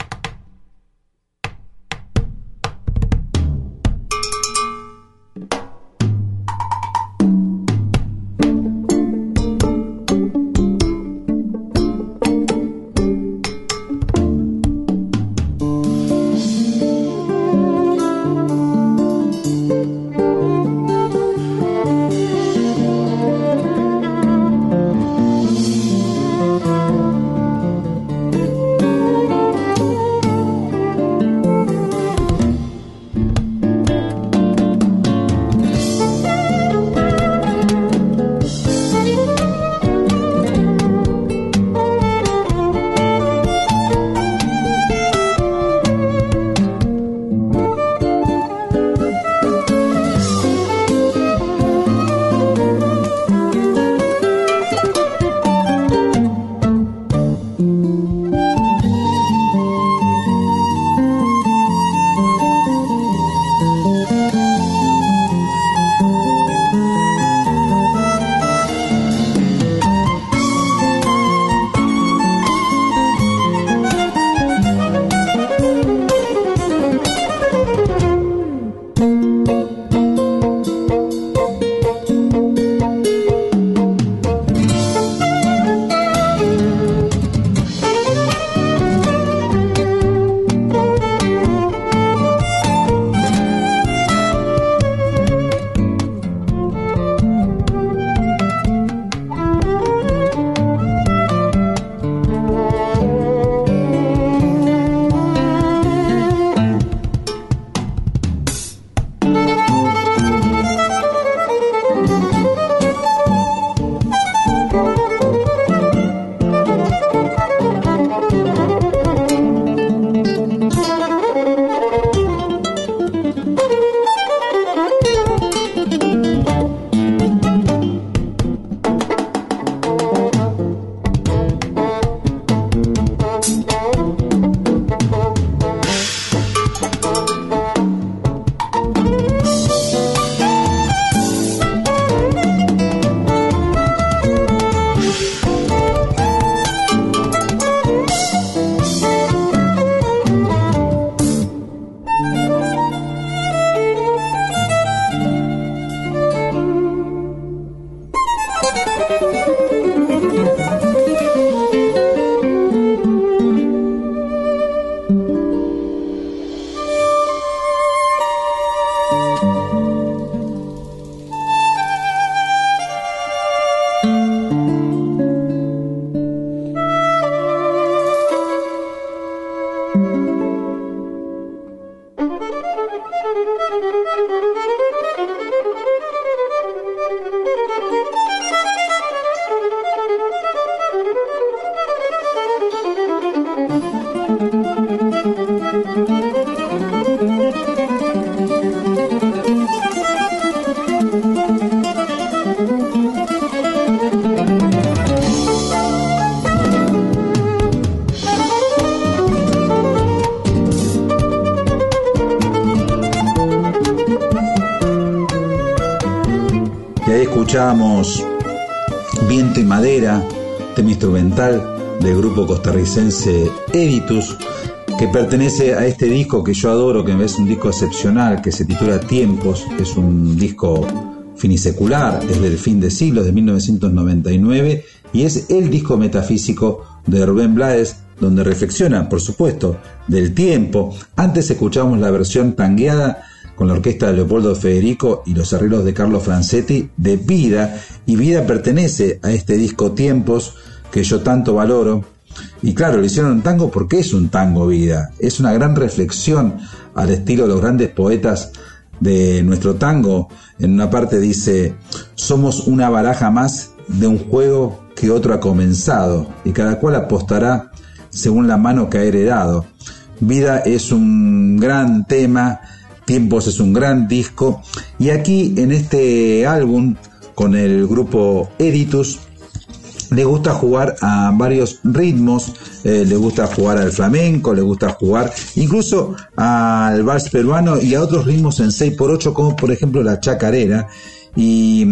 escuchábamos Viento y Madera, tema instrumental del grupo costarricense Editus, que pertenece a este disco que yo adoro, que es un disco excepcional, que se titula Tiempos. Es un disco finisecular, es del fin de siglo, de mil novecientos noventa y nueve, y es el disco metafísico de Rubén Blades, donde reflexiona, por supuesto, del tiempo. Antes escuchábamos la versión tangueada con la orquesta de Leopoldo Federico y los arreglos de Carlo Francetti de Vida, y Vida pertenece a este disco Tiempos, que yo tanto valoro. Y claro, lo hicieron en tango porque es un tango Vida, es una gran reflexión al estilo de los grandes poetas de nuestro tango. En una parte dice: somos una baraja más de un juego que otro ha comenzado, y cada cual apostará según la mano que ha heredado. Vida es un gran tema, Tiempos es un gran disco, y aquí en este álbum con el grupo Editus le gusta jugar a varios ritmos, eh, le gusta jugar al flamenco, le gusta jugar incluso al vals peruano y a otros ritmos en seis por ocho, como por ejemplo la chacarera, y,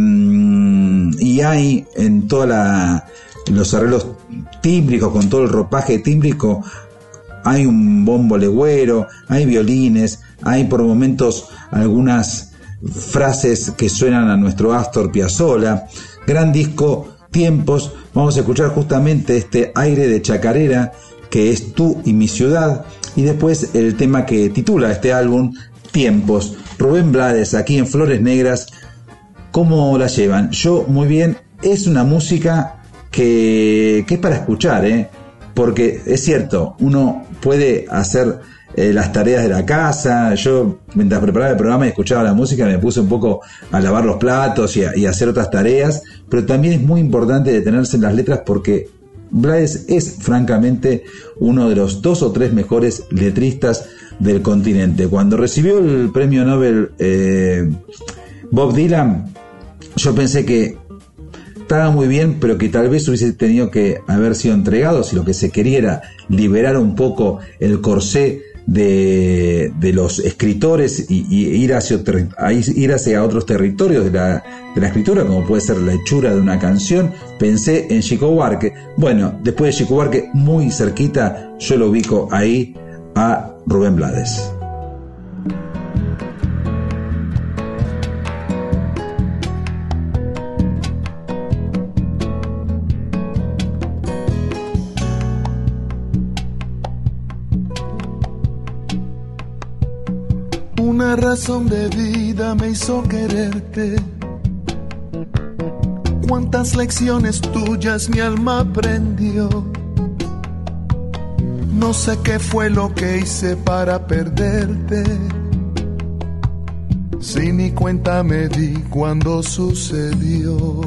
y hay en toda la, en los arreglos tímbricos, con todo el ropaje tímbrico, hay un bombo legüero, hay violines, hay por momentos algunas frases que suenan a nuestro Astor Piazzolla. Gran disco Tiempos. Vamos a escuchar justamente este aire de chacarera que es Tú y mi ciudad, y después el tema que titula este álbum, Tiempos. Rubén Blades aquí en Flores Negras. ¿Cómo la llevan? Yo muy bien. Es una música que, que es para escuchar, ¿eh? Porque es cierto, uno puede hacer eh, las tareas de la casa. Yo, mientras preparaba el programa y escuchaba la música, me puse un poco a lavar los platos y a, y a hacer otras tareas, pero también es muy importante detenerse en las letras, porque Blades es francamente uno de los dos o tres mejores letristas del continente. Cuando recibió el premio Nobel eh, Bob Dylan, yo pensé que estaba muy bien, pero que tal vez hubiese tenido que haber sido entregado si lo que se quería era liberar un poco el corsé de, de los escritores y, y ir, hacia, ir hacia otros territorios de la, de la escritura, como puede ser la hechura de una canción. Pensé en Chico Buarque. Bueno, después de Chico Buarque, muy cerquita, yo lo ubico ahí a Rubén Blades. Una razón de vida me hizo quererte. Cuántas lecciones tuyas mi alma aprendió. No sé qué fue lo que hice para perderte. Si ni cuenta me di cuando sucedió.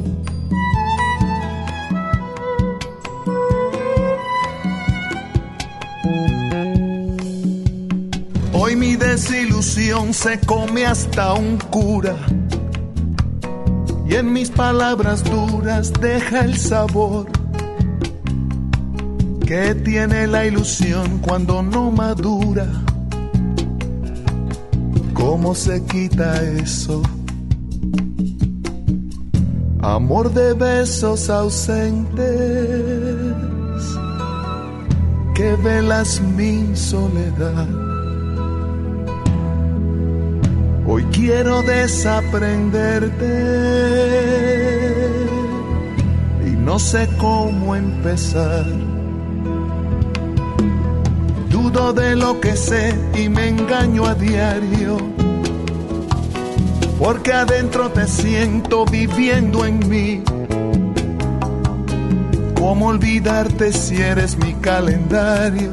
Hoy mi desilusión se come hasta un cura, y en mis palabras duras deja el sabor que tiene la ilusión cuando no madura. ¿Cómo se quita eso? Amor de besos ausentes que velas mi soledad. Hoy quiero desaprenderte y no sé cómo empezar. Dudo de lo que sé y me engaño a diario, porque adentro te siento viviendo en mí. ¿Cómo olvidarte si eres mi calendario?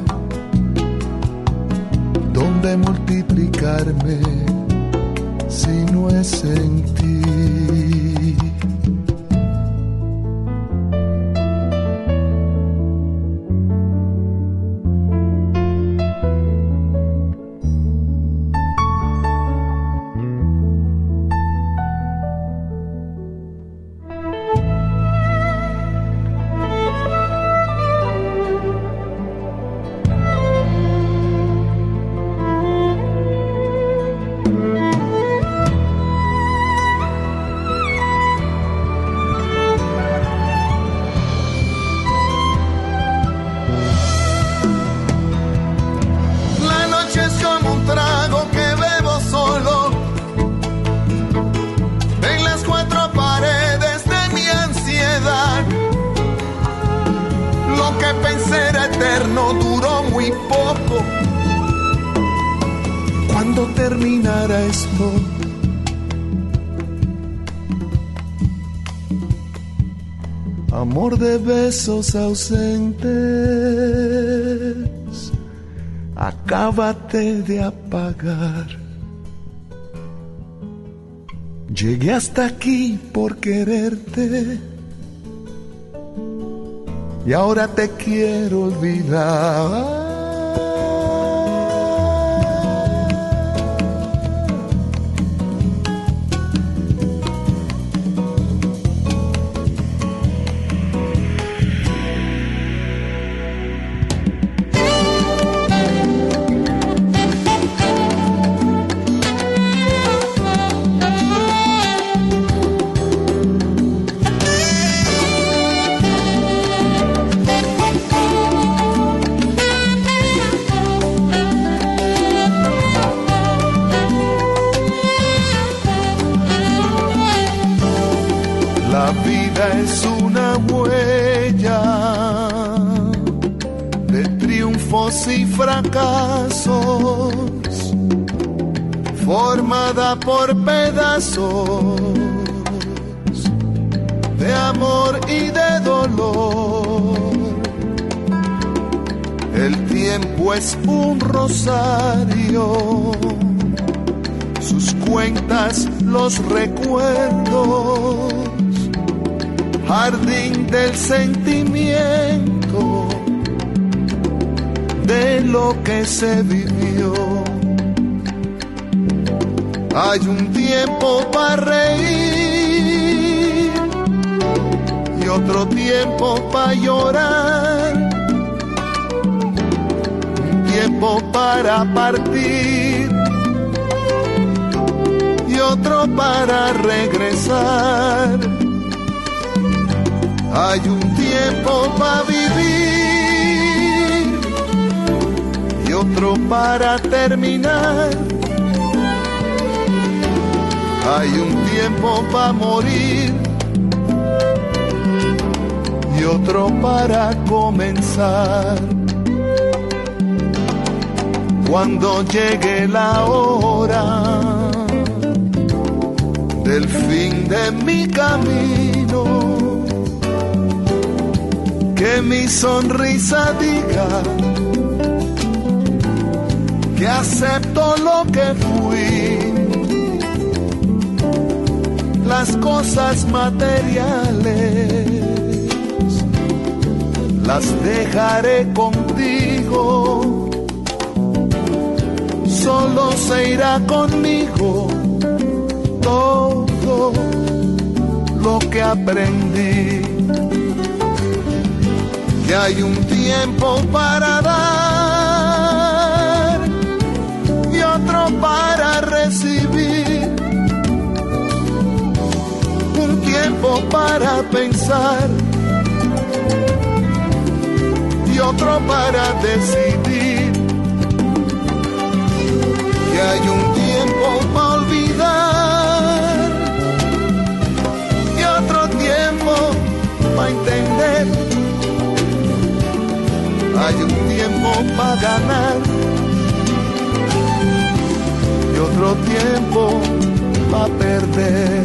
¿Dónde multiplicarme si no es en ti? pensé era eterno, duró muy poco. Cuando terminara esto, amor de besos ausentes, acábate de apagar. Llegué hasta aquí por quererte y ahora te quiero olvidar. Es una huella de triunfos y fracasos, formada por pedazos de amor y de dolor. El tiempo es un rosario, sus cuentas los recuerdos, jardín del sentimiento de lo que se vivió. Hay un tiempo para reír y otro tiempo para llorar, un tiempo para partir y otro para regresar. Hay un tiempo para vivir y otro para terminar. Hay un tiempo para morir y otro para comenzar. Cuando llegue la hora del fin de mi camino, que mi sonrisa diga que acepto lo que fui. Las cosas materiales las dejaré contigo, solo se irá conmigo todo lo que aprendí. Que hay un tiempo para dar y otro para recibir, un tiempo para pensar y otro para decidir. Que hay un tiempo para olvidar y otro tiempo para entender. Hay un tiempo para ganar y otro tiempo para perder.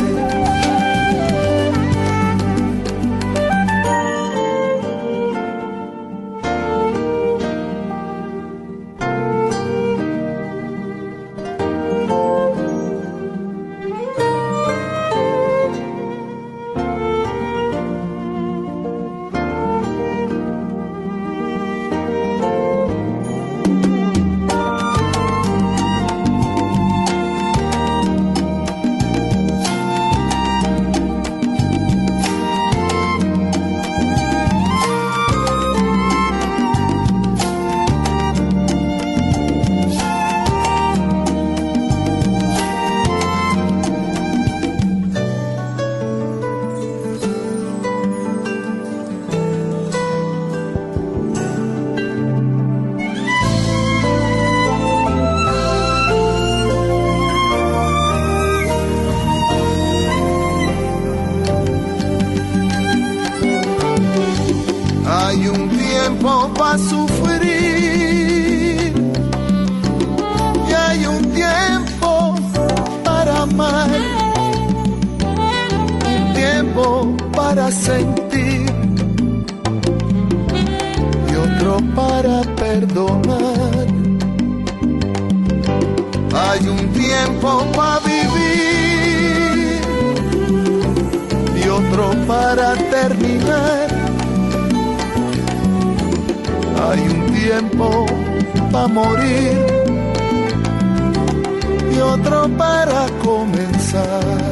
tiempo para sufrir y hay un tiempo para amar, un tiempo para sentir y otro para perdonar. Hay un tiempo para vivir y otro para terminar. Hay un tiempo para morir y otro para comenzar.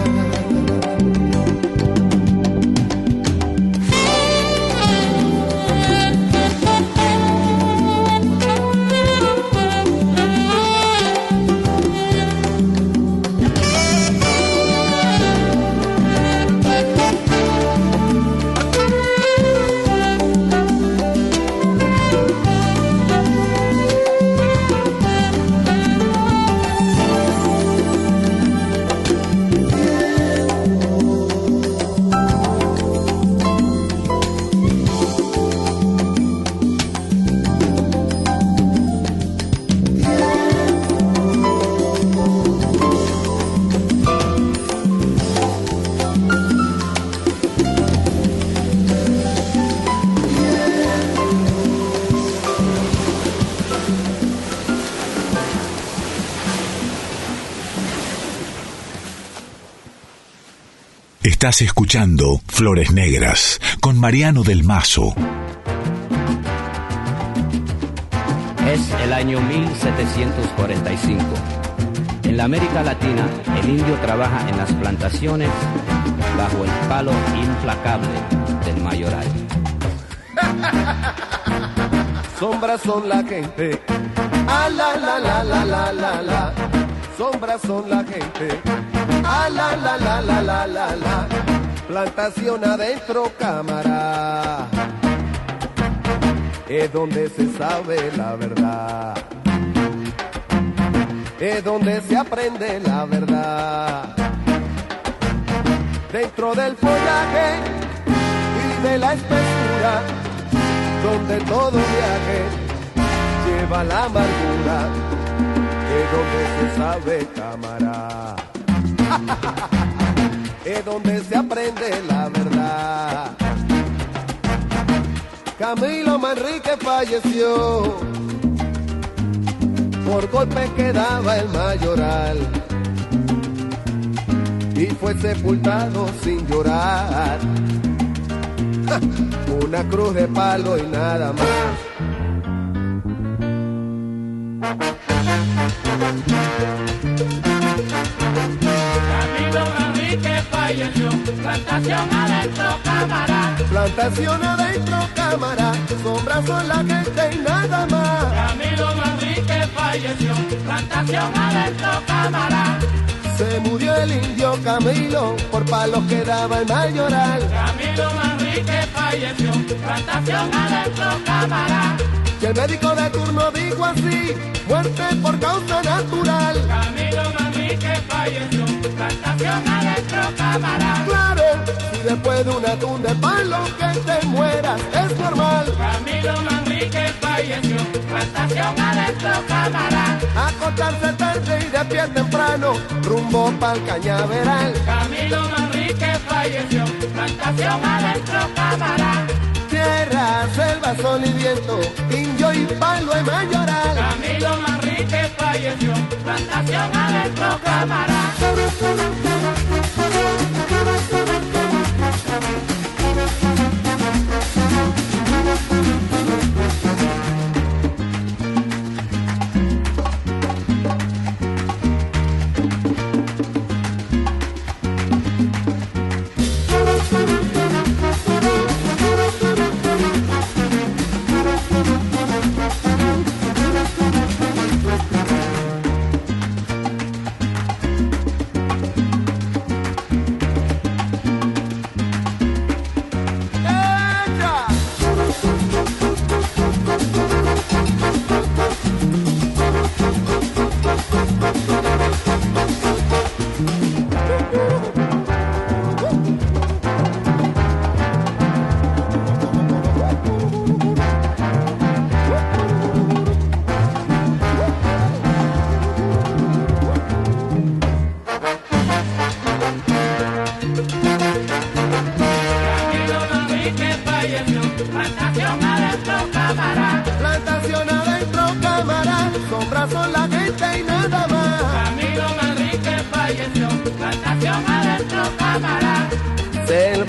Estás escuchando Flores Negras con Mariano del Mazo. Es el año mil setecientos cuarenta y cinco. En la América Latina, el indio trabaja en las plantaciones bajo el palo implacable del mayoral. Sombras son la gente, ah, la, la, la, la, la, la, la. Sombras son la gente, ah, la, la, la, la, la, la, la. Plantación adentro, cámara, es donde se sabe la verdad, es donde se aprende la verdad. Dentro del follaje y de la espesura, donde todo viaje lleva la amargura, es donde se sabe, cámara, es donde se aprende la verdad. Camilo Manrique falleció por golpe que daba el mayoral y fue sepultado sin llorar. Una cruz de palo y nada más. Camilo Manrique falleció, plantación adentro, cámara. Plantación adentro, cámara, sombras son la gente y nada más. Camilo Manrique falleció, plantación adentro, cámara. Se murió el indio Camilo por palos que daba el mayoral. Camilo Manrique falleció, plantación adentro, cámara. Y el médico de turno dijo así, muerte por causa natural. Camilo Manrique falleció, plantación adentro, cámara. Claro, si después de una tunda de palo que te mueras es normal. Camilo Manrique falleció, plantación adentro, cámara. Acostarse tarde y de pie temprano, rumbo pa'l cañaveral. Camilo Manrique falleció, plantación adentro, cámara. Tierra, selva, sol y viento, indio y palo de mayoral. Camilo Manrique falleció, plantación adentro, cámara.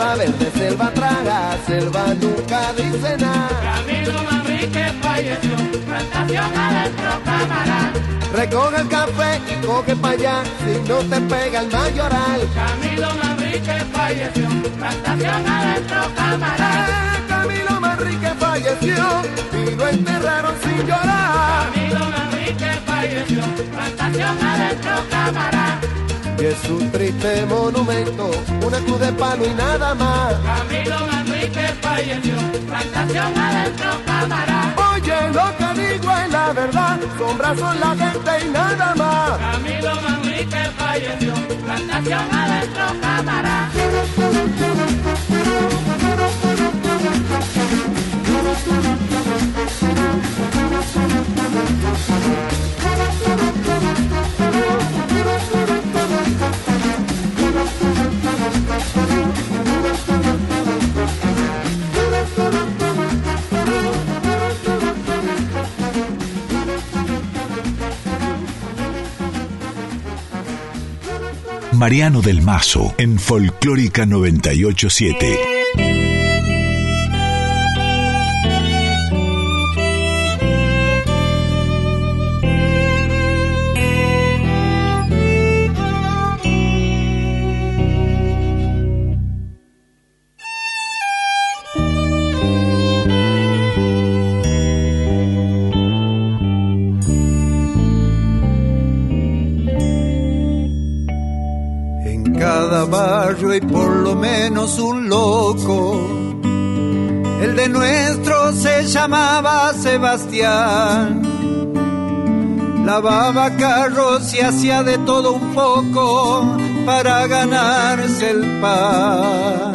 selva verde, selva traga, selva nunca dice nada. Camilo Manrique falleció, plantación adentro, camarada. Recoge el café y coge pa' allá, si no te pega el mayoral. Camilo Manrique falleció, plantación adentro, camarada. Eh, Camilo Manrique falleció y lo enterraron sin llorar. Camilo Manrique falleció, plantación adentro, camarada. Y es un triste monumento, una cruz de palo y nada más. Camilo Manrique falleció, plantación adentro, camarada. Oye, lo que digo es la verdad, sombras son la gente y nada más. Camilo Manrique falleció, plantación adentro, camarada. Mariano del Mazo en Folclórica noventa y ocho siete. Barrio y por lo menos un loco. El de nuestro se llamaba Sebastián. Lavaba carros y hacía de todo un poco para ganarse el pan.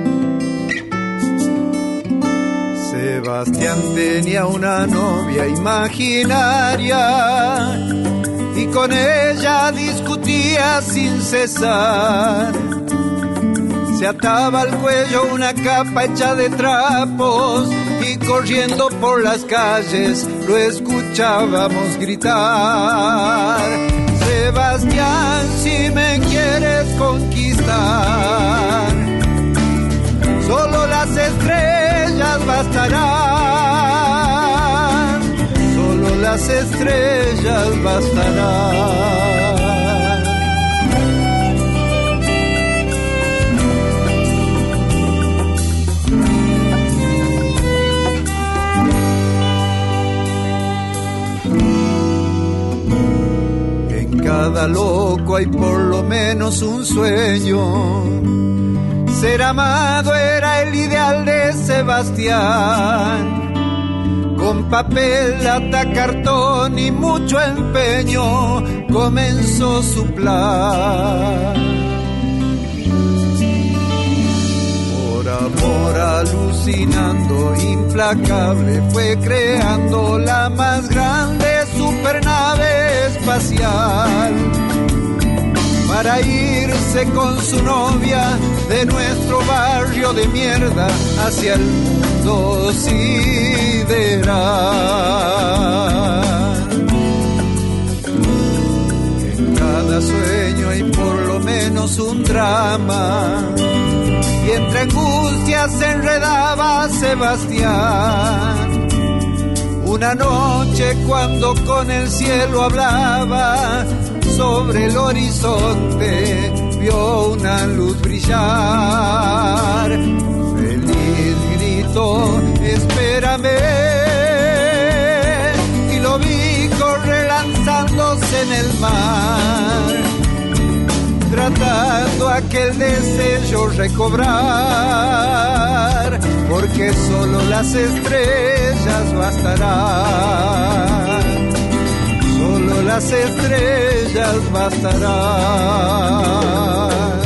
Sebastián tenía una novia imaginaria y con ella discutía sin cesar. Se ataba al cuello una capa hecha de trapos y corriendo por las calles lo escuchábamos gritar. Sebastián, si me quieres conquistar, solo las estrellas bastarán. Solo las estrellas bastarán. Cada loco hay por lo menos un sueño. Ser amado era el ideal de Sebastián. Con papel, lata, cartón y mucho empeño comenzó su plan. Por amor alucinando, implacable, fue creando la más grande supernave espacial para irse con su novia de nuestro barrio de mierda hacia el mundo sideral. En cada sueño hay por lo menos un drama y entre angustias se enredaba Sebastián. Una noche cuando con el cielo hablaba, sobre el horizonte vio una luz brillar. Feliz gritó, espérame, y lo vi correr lanzándose en el mar, tratando aquel deseo recobrar, porque solo las estrellas bastarán. Solo las estrellas bastarán.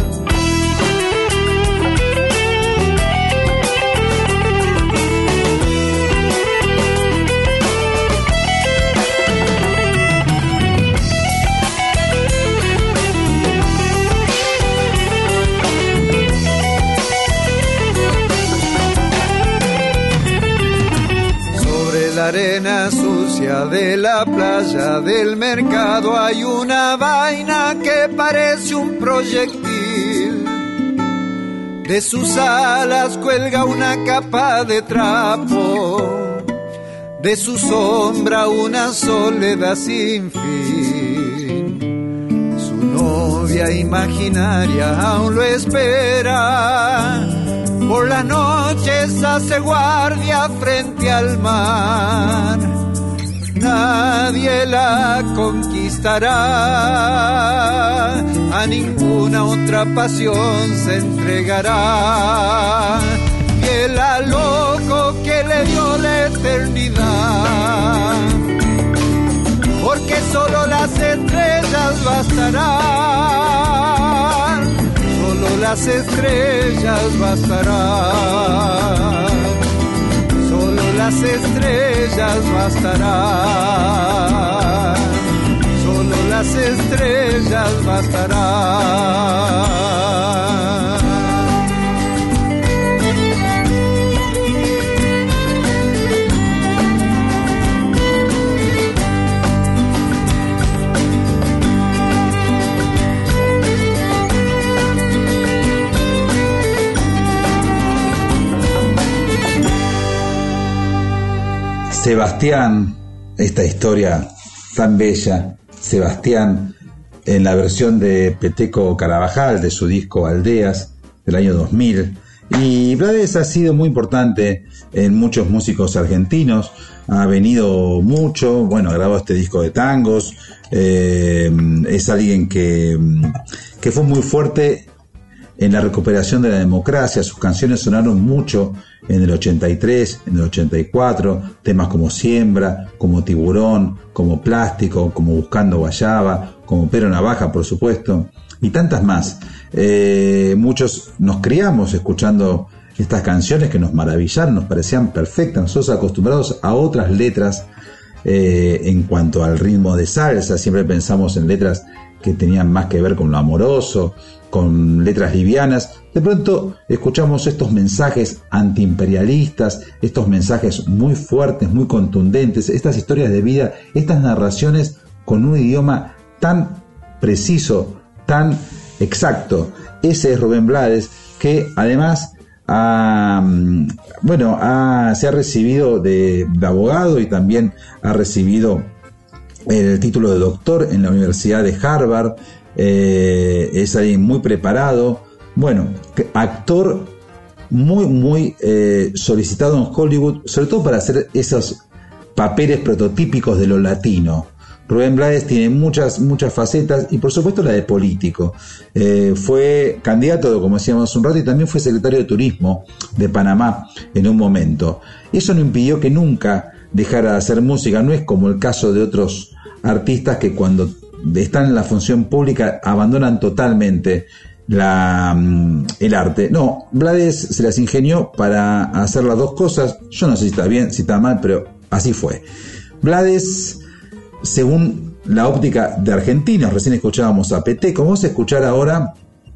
La arena sucia de la playa del mercado hay una vaina que parece un proyectil. de sus alas cuelga una capa de trapo, de su sombra una soledad sin fin. Su novia imaginaria aún lo espera, por las noches hace guardia frente al mar. Nadie la conquistará, a ninguna otra pasión se entregará. Fiel al loco que le dio la eternidad, porque solo las estrellas bastarán, solo las estrellas bastarán, solo las estrellas bastarán, solo las estrellas bastarán. Sebastián, esta historia tan bella, Sebastián en la versión de Peteco Carabajal de su disco Aldeas del año dos mil. Y Blades ha sido muy importante en muchos músicos argentinos, ha venido mucho, bueno, ha grabado este disco de tangos, eh, es alguien que, que fue muy fuerte en la recuperación de la democracia. Sus canciones sonaron mucho en el ochenta y tres, en el ochenta y cuatro, temas como Siembra, como Tiburón, como Plástico, como Buscando Guayaba, como Pero Navaja, por supuesto, y tantas más. Eh, muchos nos criamos escuchando estas canciones que nos maravillaron, nos parecían perfectas. Nosotros acostumbrados a otras letras eh, en cuanto al ritmo de salsa, siempre pensamos en letras que tenían más que ver con lo amoroso, con letras livianas. De pronto escuchamos estos mensajes antiimperialistas, estos mensajes muy fuertes, muy contundentes, estas historias de vida, estas narraciones con un idioma tan preciso, tan exacto. Ese es Rubén Blades, que además ha, bueno, ha, se ha recibido de, de abogado y también ha recibido el título de doctor en la Universidad de Harvard. Eh, es alguien muy preparado, bueno, actor muy muy eh, solicitado en Hollywood, sobre todo para hacer esos papeles prototípicos de lo latino. Rubén Blades tiene muchas muchas facetas y por supuesto la de político. Eh, fue candidato, como decíamos hace un rato, y también fue secretario de Turismo de Panamá en un momento. Eso no impidió que nunca dejara de hacer música. No es como el caso de otros artistas que cuando están en la función pública abandonan totalmente la, el arte. No, Blades se las ingenió para hacer las dos cosas. Yo no sé si está bien, si está mal, pero así fue. Blades, según la óptica de argentinos, recién escuchábamos a Peteco, vamos a escuchar ahora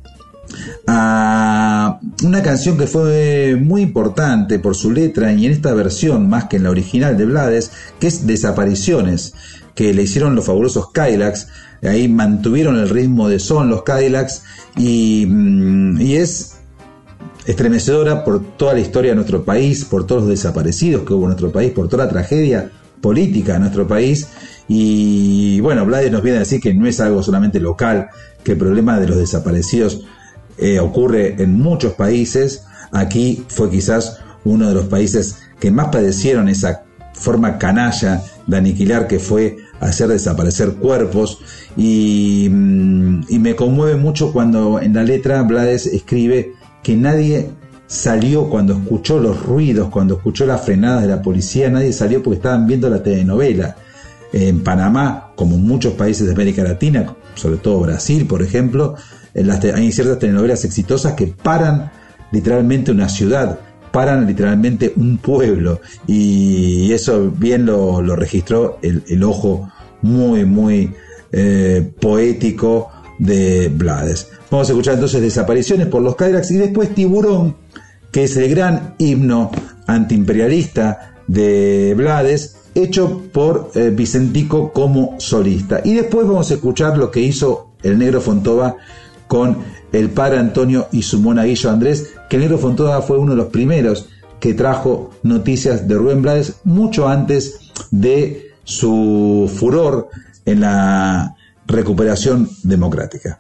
a una canción que fue muy importante por su letra y en esta versión más que en la original de Blades, que es Desapariciones, que le hicieron los fabulosos Cadillacs. Ahí mantuvieron el ritmo de son los Cadillacs y, y es estremecedora por toda la historia de nuestro país, por todos los desaparecidos que hubo en nuestro país, por toda la tragedia política de nuestro país. Y bueno, Blades nos viene a decir que no es algo solamente local, que el problema de los desaparecidos eh, ocurre en muchos países. Aquí fue quizás uno de los países que más padecieron esa forma canalla de aniquilar que fue hacer desaparecer cuerpos. Y, y me conmueve mucho cuando en la letra Blades escribe que nadie salió cuando escuchó los ruidos, cuando escuchó las frenadas de la policía, nadie salió porque estaban viendo la telenovela. En Panamá, como en muchos países de América Latina, sobre todo Brasil, por ejemplo, en las te- hay ciertas telenovelas exitosas que paran literalmente una ciudad, paran literalmente un pueblo, y eso bien lo, lo registró el, el ojo muy, muy eh, poético de Blades. Vamos a escuchar entonces Desapariciones por los Cadillacs y después Tiburón, que es el gran himno antiimperialista de Blades, hecho por eh, Vicentico como solista. Y después vamos a escuchar lo que hizo el Negro Fontova con el padre Antonio y su monaguillo Andrés, que el Negro Fontova fue uno de los primeros que trajo noticias de Rubén Blades mucho antes de su furor en la recuperación democrática.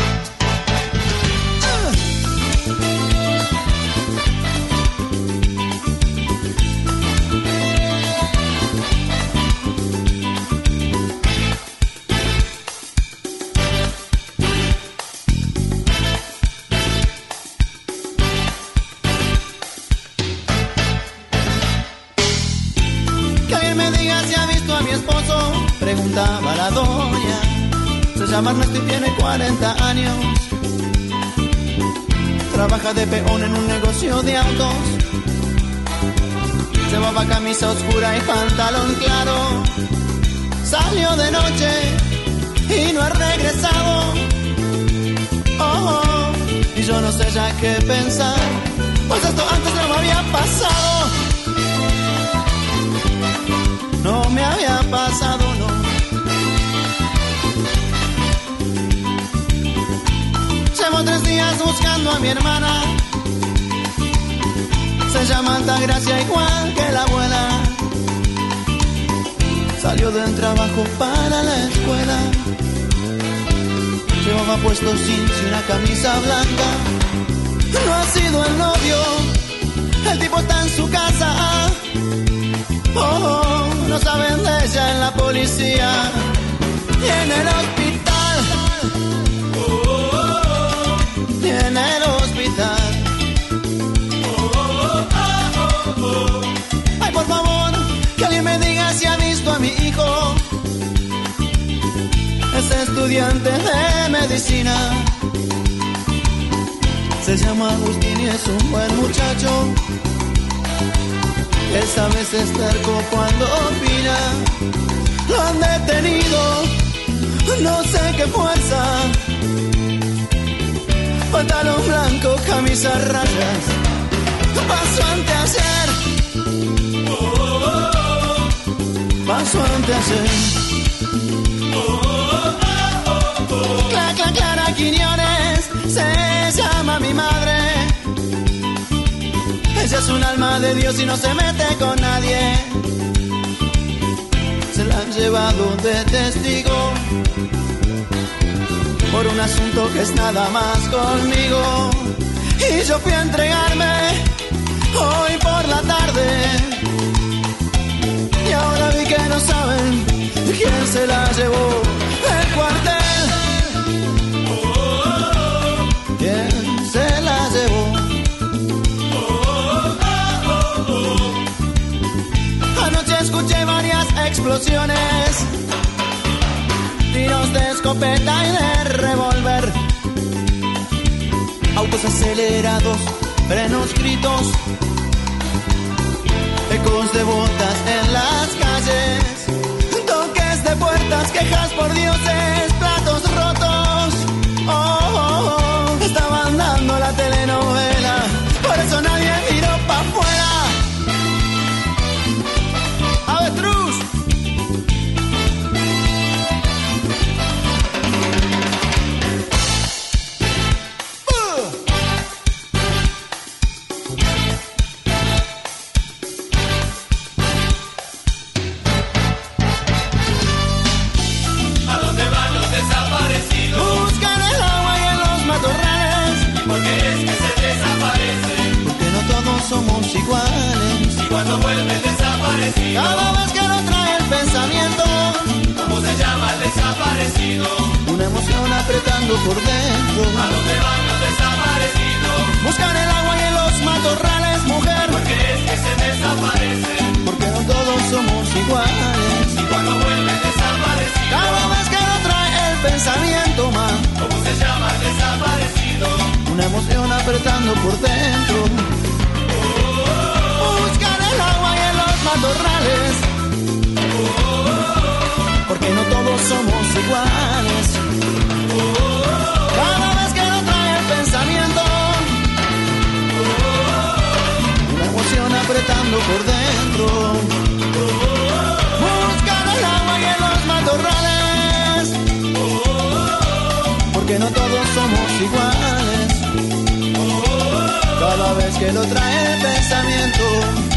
Preguntaba la doña, se llama Ernesto y tiene cuarenta años. Trabaja de peón en un negocio de autos. Llevaba camisa oscura y pantalón claro. Salió de noche y no ha regresado. Oh, oh, y yo no sé ya qué pensar, pues esto antes no me había pasado. No me había pasado, no. Llevo tres días buscando a mi hermana. Se llama Altagracia igual que la abuela. Salió del trabajo para la escuela. Llevaba puesto jeans y una camisa blanca. No ha sido el novio, el tipo está en su casa. Oh, oh, no saben de ella en la policía y en el hospital. Oh, oh, oh, y en el hospital. Oh, oh, oh, oh, oh. Ay, por favor, que alguien me diga si ha visto a mi hijo. Es estudiante de medicina. Se llama Agustín y es un buen muchacho. Esta vez es terco cuando opina. Lo han detenido, no sé qué fuerza. Pantalón blanco, camisa a rayas. Pasó anteayer. Oh, oh, oh. Pasó anteayer. Oh, oh, oh, oh. Cla, cla, Clara Quiñones se llama mi madre. Ella es un alma de Dios y no se mete con nadie. Se la han llevado de testigo por un asunto que es nada más conmigo. Y yo fui a entregarme hoy por la tarde. Y ahora vi que no saben quién se la llevó del cuartel. ¿Quién se la llevó? Anoche escuché varias explosiones, tiros de escopeta y de revólver, autos acelerados, frenos, gritos, ecos de botas en las calles, toques de puertas, quejas por dioses, platos rotos. Oh, oh, oh, estaban dando la telenovela, por eso nadie miró pa' afuera. Avestruz. ¿A dónde van los desaparecidos? Buscan el agua y en los matorrales. ¿Y por qué es que se desaparecen? Porque no todos somos iguales. ¿Y cuando vuelven desaparecidos? Cada vez que nos trae el pensamiento. ¿Cómo se llama el desaparecido? Una emoción apretando por dentro. ¿A dónde van los desaparecidos? Buscan el agua y en los matorrales, mujer. ¿Por qué es que se desaparecen? Porque no todos somos iguales. ¿Y cuando vuelven desaparecidos? Cada vez que nos trae el pensamiento, man. ¿Cómo se llama el desaparecido? Una emoción apretando por dentro. Buscan el agua y en los matorrales. Porque no todos somos iguales. Cada vez que nos trae el pensamiento, una emoción apretando por dentro. Buscan el agua y en los matorrales. Porque no todos somos iguales. Cada vez que lo trae el pensamiento.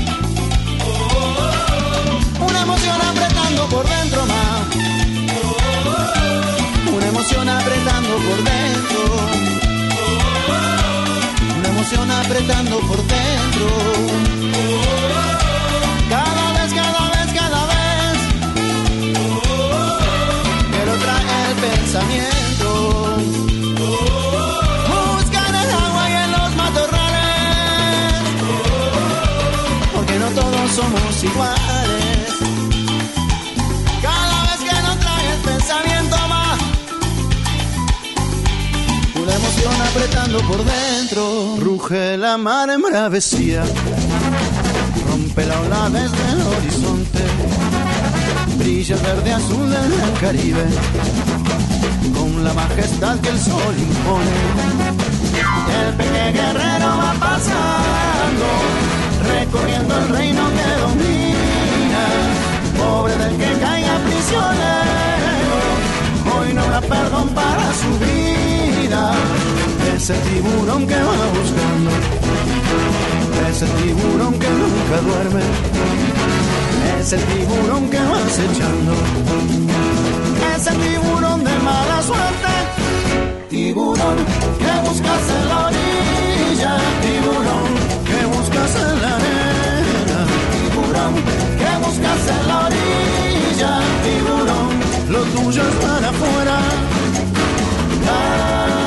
Una emoción apretando por dentro más. Una emoción apretando por dentro. Una emoción apretando por dentro. Cada vez, cada vez, cada vez que lo trae el pensamiento. Buscar el agua y en los matorrales, porque no todos somos iguales. Cada vez que lo trae el pensamiento más. Una emoción apretando por dentro. Ruge la mar en bravesía, rompe la ola desde el horizonte, brilla el verde azul del gran Caribe, con la majestad que el sol impone. El pequeño guerrero va pasando, recorriendo el reino que domina. Pobre del que caiga prisionero, hoy no habrá perdón para su vida. Ese tiburón que va buscando, ese tiburón que nunca duerme, ese tiburón que va acechando, ese tiburón de mala suerte, tiburón que buscas en la orilla, tiburón que buscas en la arena, tiburón que buscas en la orilla, tiburón, lo tuyo es para afuera. La,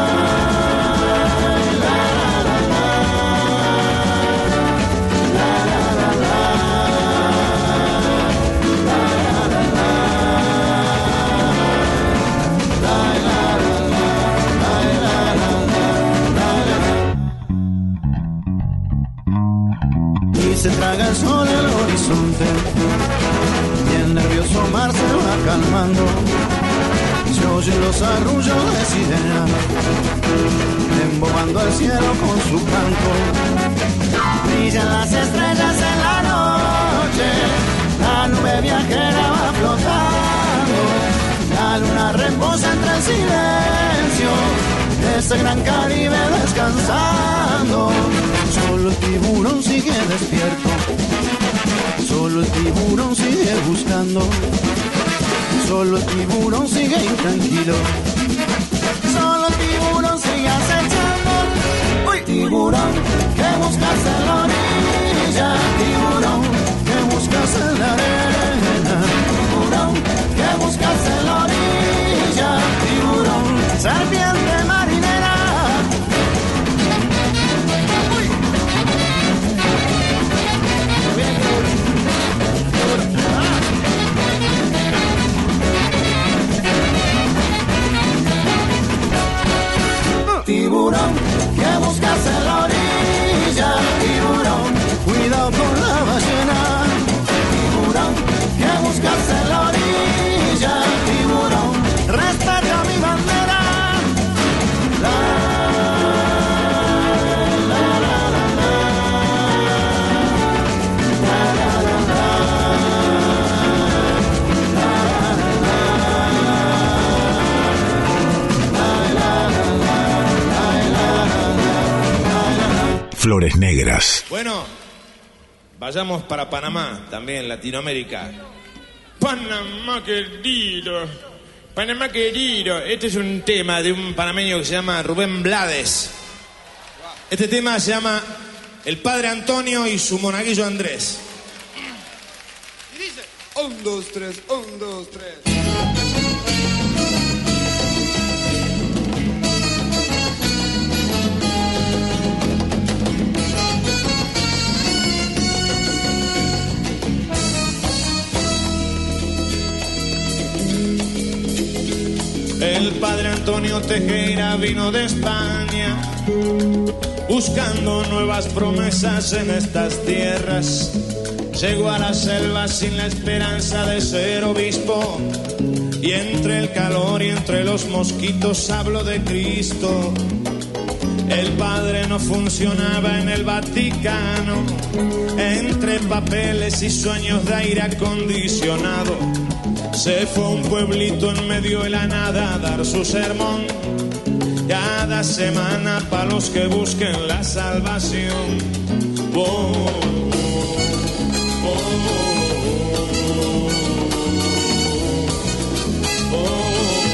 se traga el sol el horizonte y el nervioso mar se va calmando. Se oyen los arrullos de sirena embobando el cielo con su canto. Brillan las estrellas en la noche, la nube viajera va flotando, la luna reposa entre el silencio, ese gran Caribe descansando. Solo el tiburón sigue despierto, solo el tiburón sigue buscando, solo el tiburón sigue intranquilo, solo el tiburón sigue acechando. Uy, tiburón que buscas en la orilla, tiburón que buscas en la arena, tiburón que buscas en la orilla, tiburón, serpiente marinera. Tiburón que buscas en la orilla, tiburón, cuidado con la ballena. Tiburón que buscas en la orilla, tiburón, respeta mi bandera. La, la, la, la, la, la, la, la, la, Flores Negras. Bueno, vayamos para Panamá, también Latinoamérica. Panamá querido, Panamá querido. Este es un tema de un panameño que se llama Rubén Blades. Este tema se llama El Padre Antonio y su monaguillo Andrés. Y dice, un, dos, tres, un, dos, tres. El padre Antonio Tejera vino de España buscando nuevas promesas en estas tierras. Llegó a la selva sin la esperanza de ser obispo, y entre el calor y entre los mosquitos habló de Cristo. El padre no funcionaba en el Vaticano, entre papeles y sueños de aire acondicionado. Se fue a un pueblito en medio de la nada a dar su sermón, y cada semana para los que busquen la salvación. Oh, oh, oh, oh.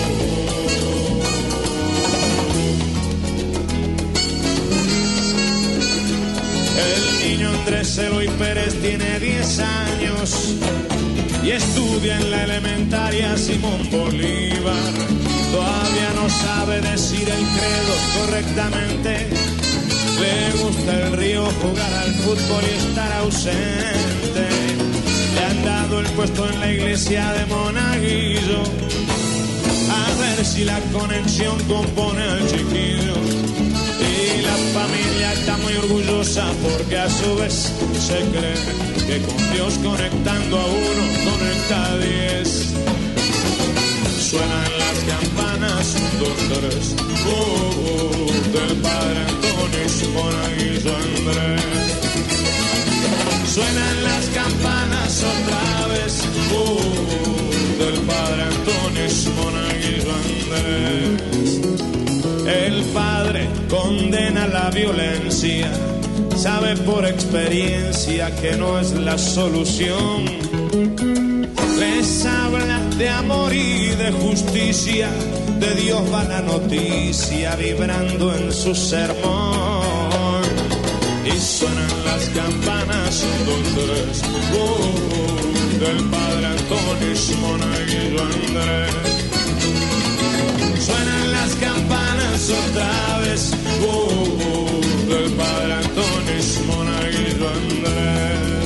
El niño Andrés Eloy Pérez tiene diez años y estudia en la elementaria Simón Bolívar. Todavía no sabe decir el credo correctamente. Le gusta el río, jugar al fútbol y estar ausente. Le han dado el puesto en la iglesia de Monaguillo. A ver si la conexión compone al chiquillo. Y la familia está muy orgullosa porque a su vez se cree que con Dios conectando a uno conecta a diez. Suenan las campanas, un, dos, tres, uh, uh, del padre Antonio Monaguillo Andrés. Suenan las campanas otra vez, uh, uh, del padre Antonio Monaguillo Andrés. El padre condena la violencia, sabe por experiencia que no es la solución. Les habla de amor y de justicia, de Dios va la noticia vibrando en su sermón. Y suenan las campanas, un, dos, tres, uh, uh, del padre Antonio Monaguillo Andrés. Suenan las campanas otra vez, uh, uh, del padre Antonio Monaguillo Andrés.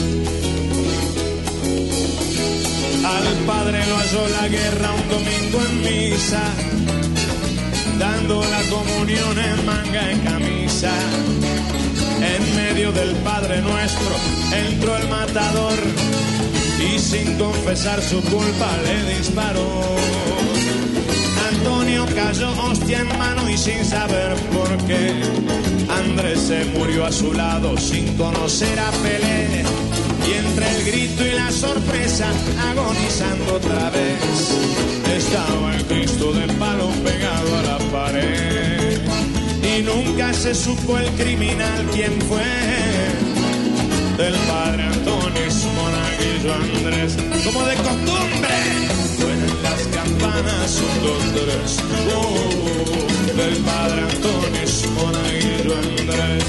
Al padre lo halló la guerra un domingo en misa, dando la comunión en manga y camisa. En medio del Padre Nuestro entró el matador y sin confesar su culpa le disparó. Antonio cayó hostia en mano y sin saber por qué. Andrés se murió a su lado sin conocer a Pelé. Y entre el grito y la sorpresa, agonizando otra vez, estaba el Cristo de palo pegado a la pared. Y nunca se supo el criminal quién fue. Del padre Antonio Monaguillo Andrés, como de costumbre, suenan las campanas, un, dos, tres, uh, del padre Antonio Monaguillo Andrés.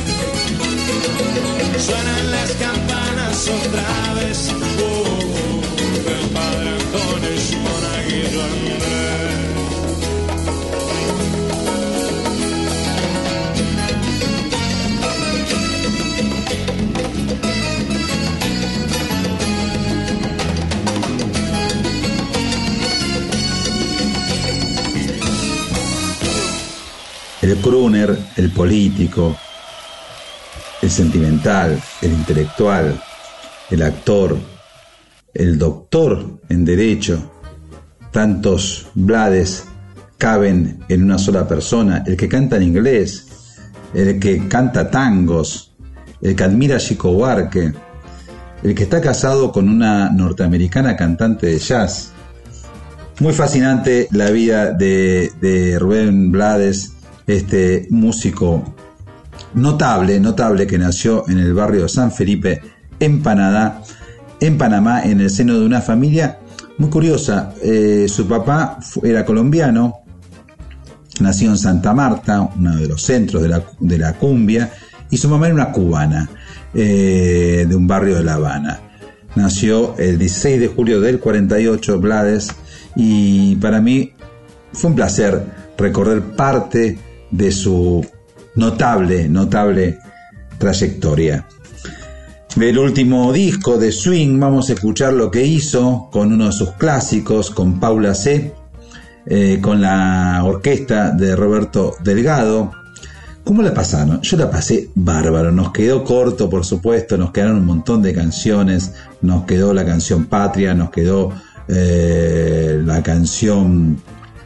Suenan las campanas otra vez, uh, del padre Antonio Monaguillo Andrés. El crooner, el político, el sentimental, el intelectual, el actor, el doctor en derecho, tantos Blades caben en una sola persona, el que canta en inglés, el que canta tangos, el que admira a Chico Buarque, el que está casado con una norteamericana cantante de jazz. Muy fascinante la vida de, de Rubén Blades, este músico notable, notable que nació en el barrio de San Felipe, en Panamá, en Panamá, en el seno de una familia muy curiosa. Eh, su papá era colombiano, nació en Santa Marta, uno de los centros de la, de la cumbia, y su mamá era una cubana, eh, de un barrio de La Habana. Nació el dieciséis de julio del cuarenta y ocho, Blades, y para mí fue un placer recorrer parte de su notable, notable trayectoria. Del último disco de Swing vamos a escuchar lo que hizo con uno de sus clásicos, con Paula C., eh, con la orquesta de Roberto Delgado. ¿Cómo la pasaron? Yo la pasé bárbaro, nos quedó corto, por supuesto, nos quedaron un montón de canciones, nos quedó la canción Patria, nos quedó eh, la canción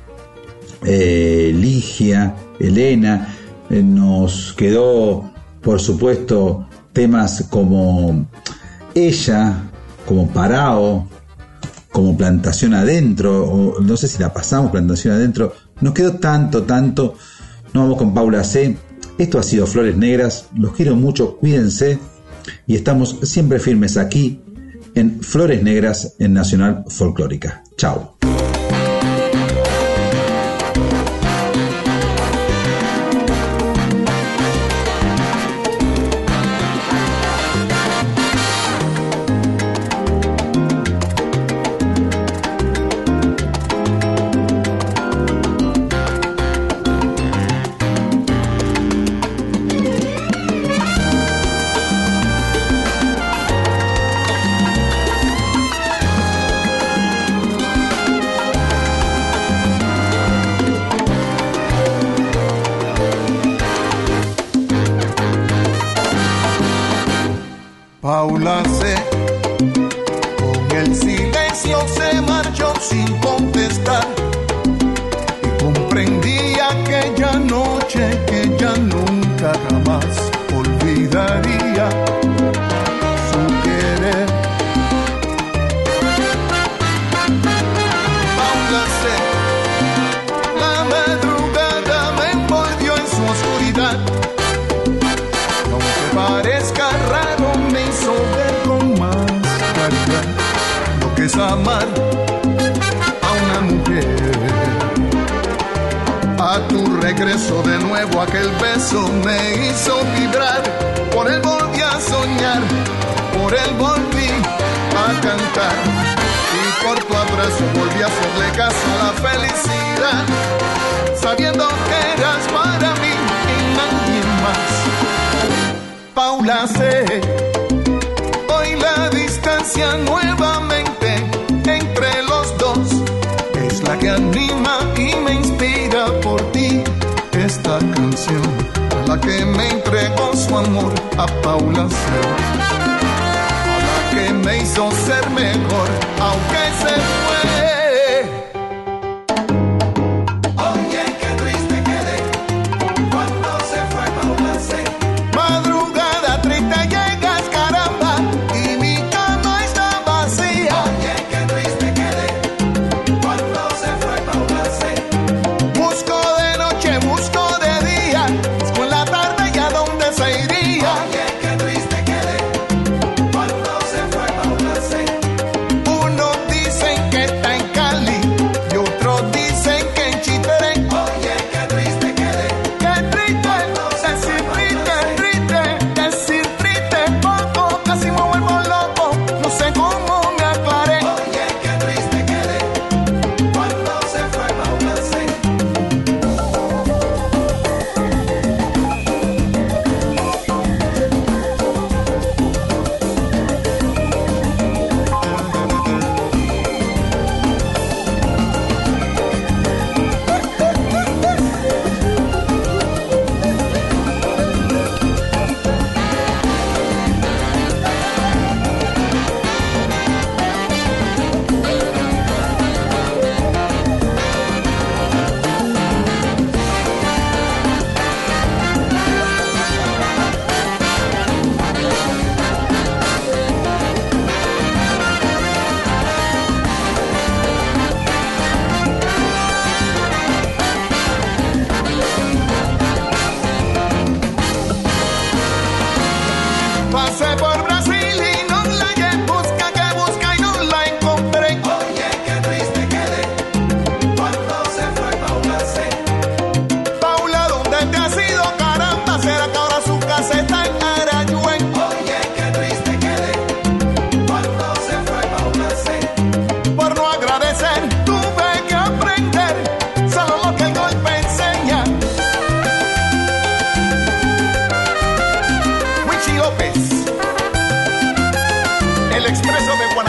eh, Ligia, Elena, eh, nos quedó, por supuesto, temas como Ella, como Parao, como Plantación Adentro, o no sé si la pasamos, Plantación Adentro, nos quedó tanto, tanto, Nos vamos con Paula C. Esto ha sido Flores Negras. Los quiero mucho, cuídense. Y estamos siempre firmes aquí en Flores Negras en Nacional Folclórica. Chao. Paula C. con el silencio se marchó sin contestar y comprendí aquella noche que ya nunca jamás olvidaría su querer. Paula C. la madrugada me envolvió en su oscuridad, y aunque parezca raro me hizo ver con más claridad lo que es amar a una mujer. A tu regreso de nuevo aquel beso me hizo vibrar, por él volví a soñar, por él volví a cantar, y por tu abrazo volví a hacerle caso a la felicidad, sabiendo que eras para mí y nadie más. Paula C. hoy la distancia nuevamente entre los dos es la que anima y me inspira por ti. Esta canción a la que me entregó su amor a Paula C. a la que me hizo ser mejor aunque se fue. El expreso de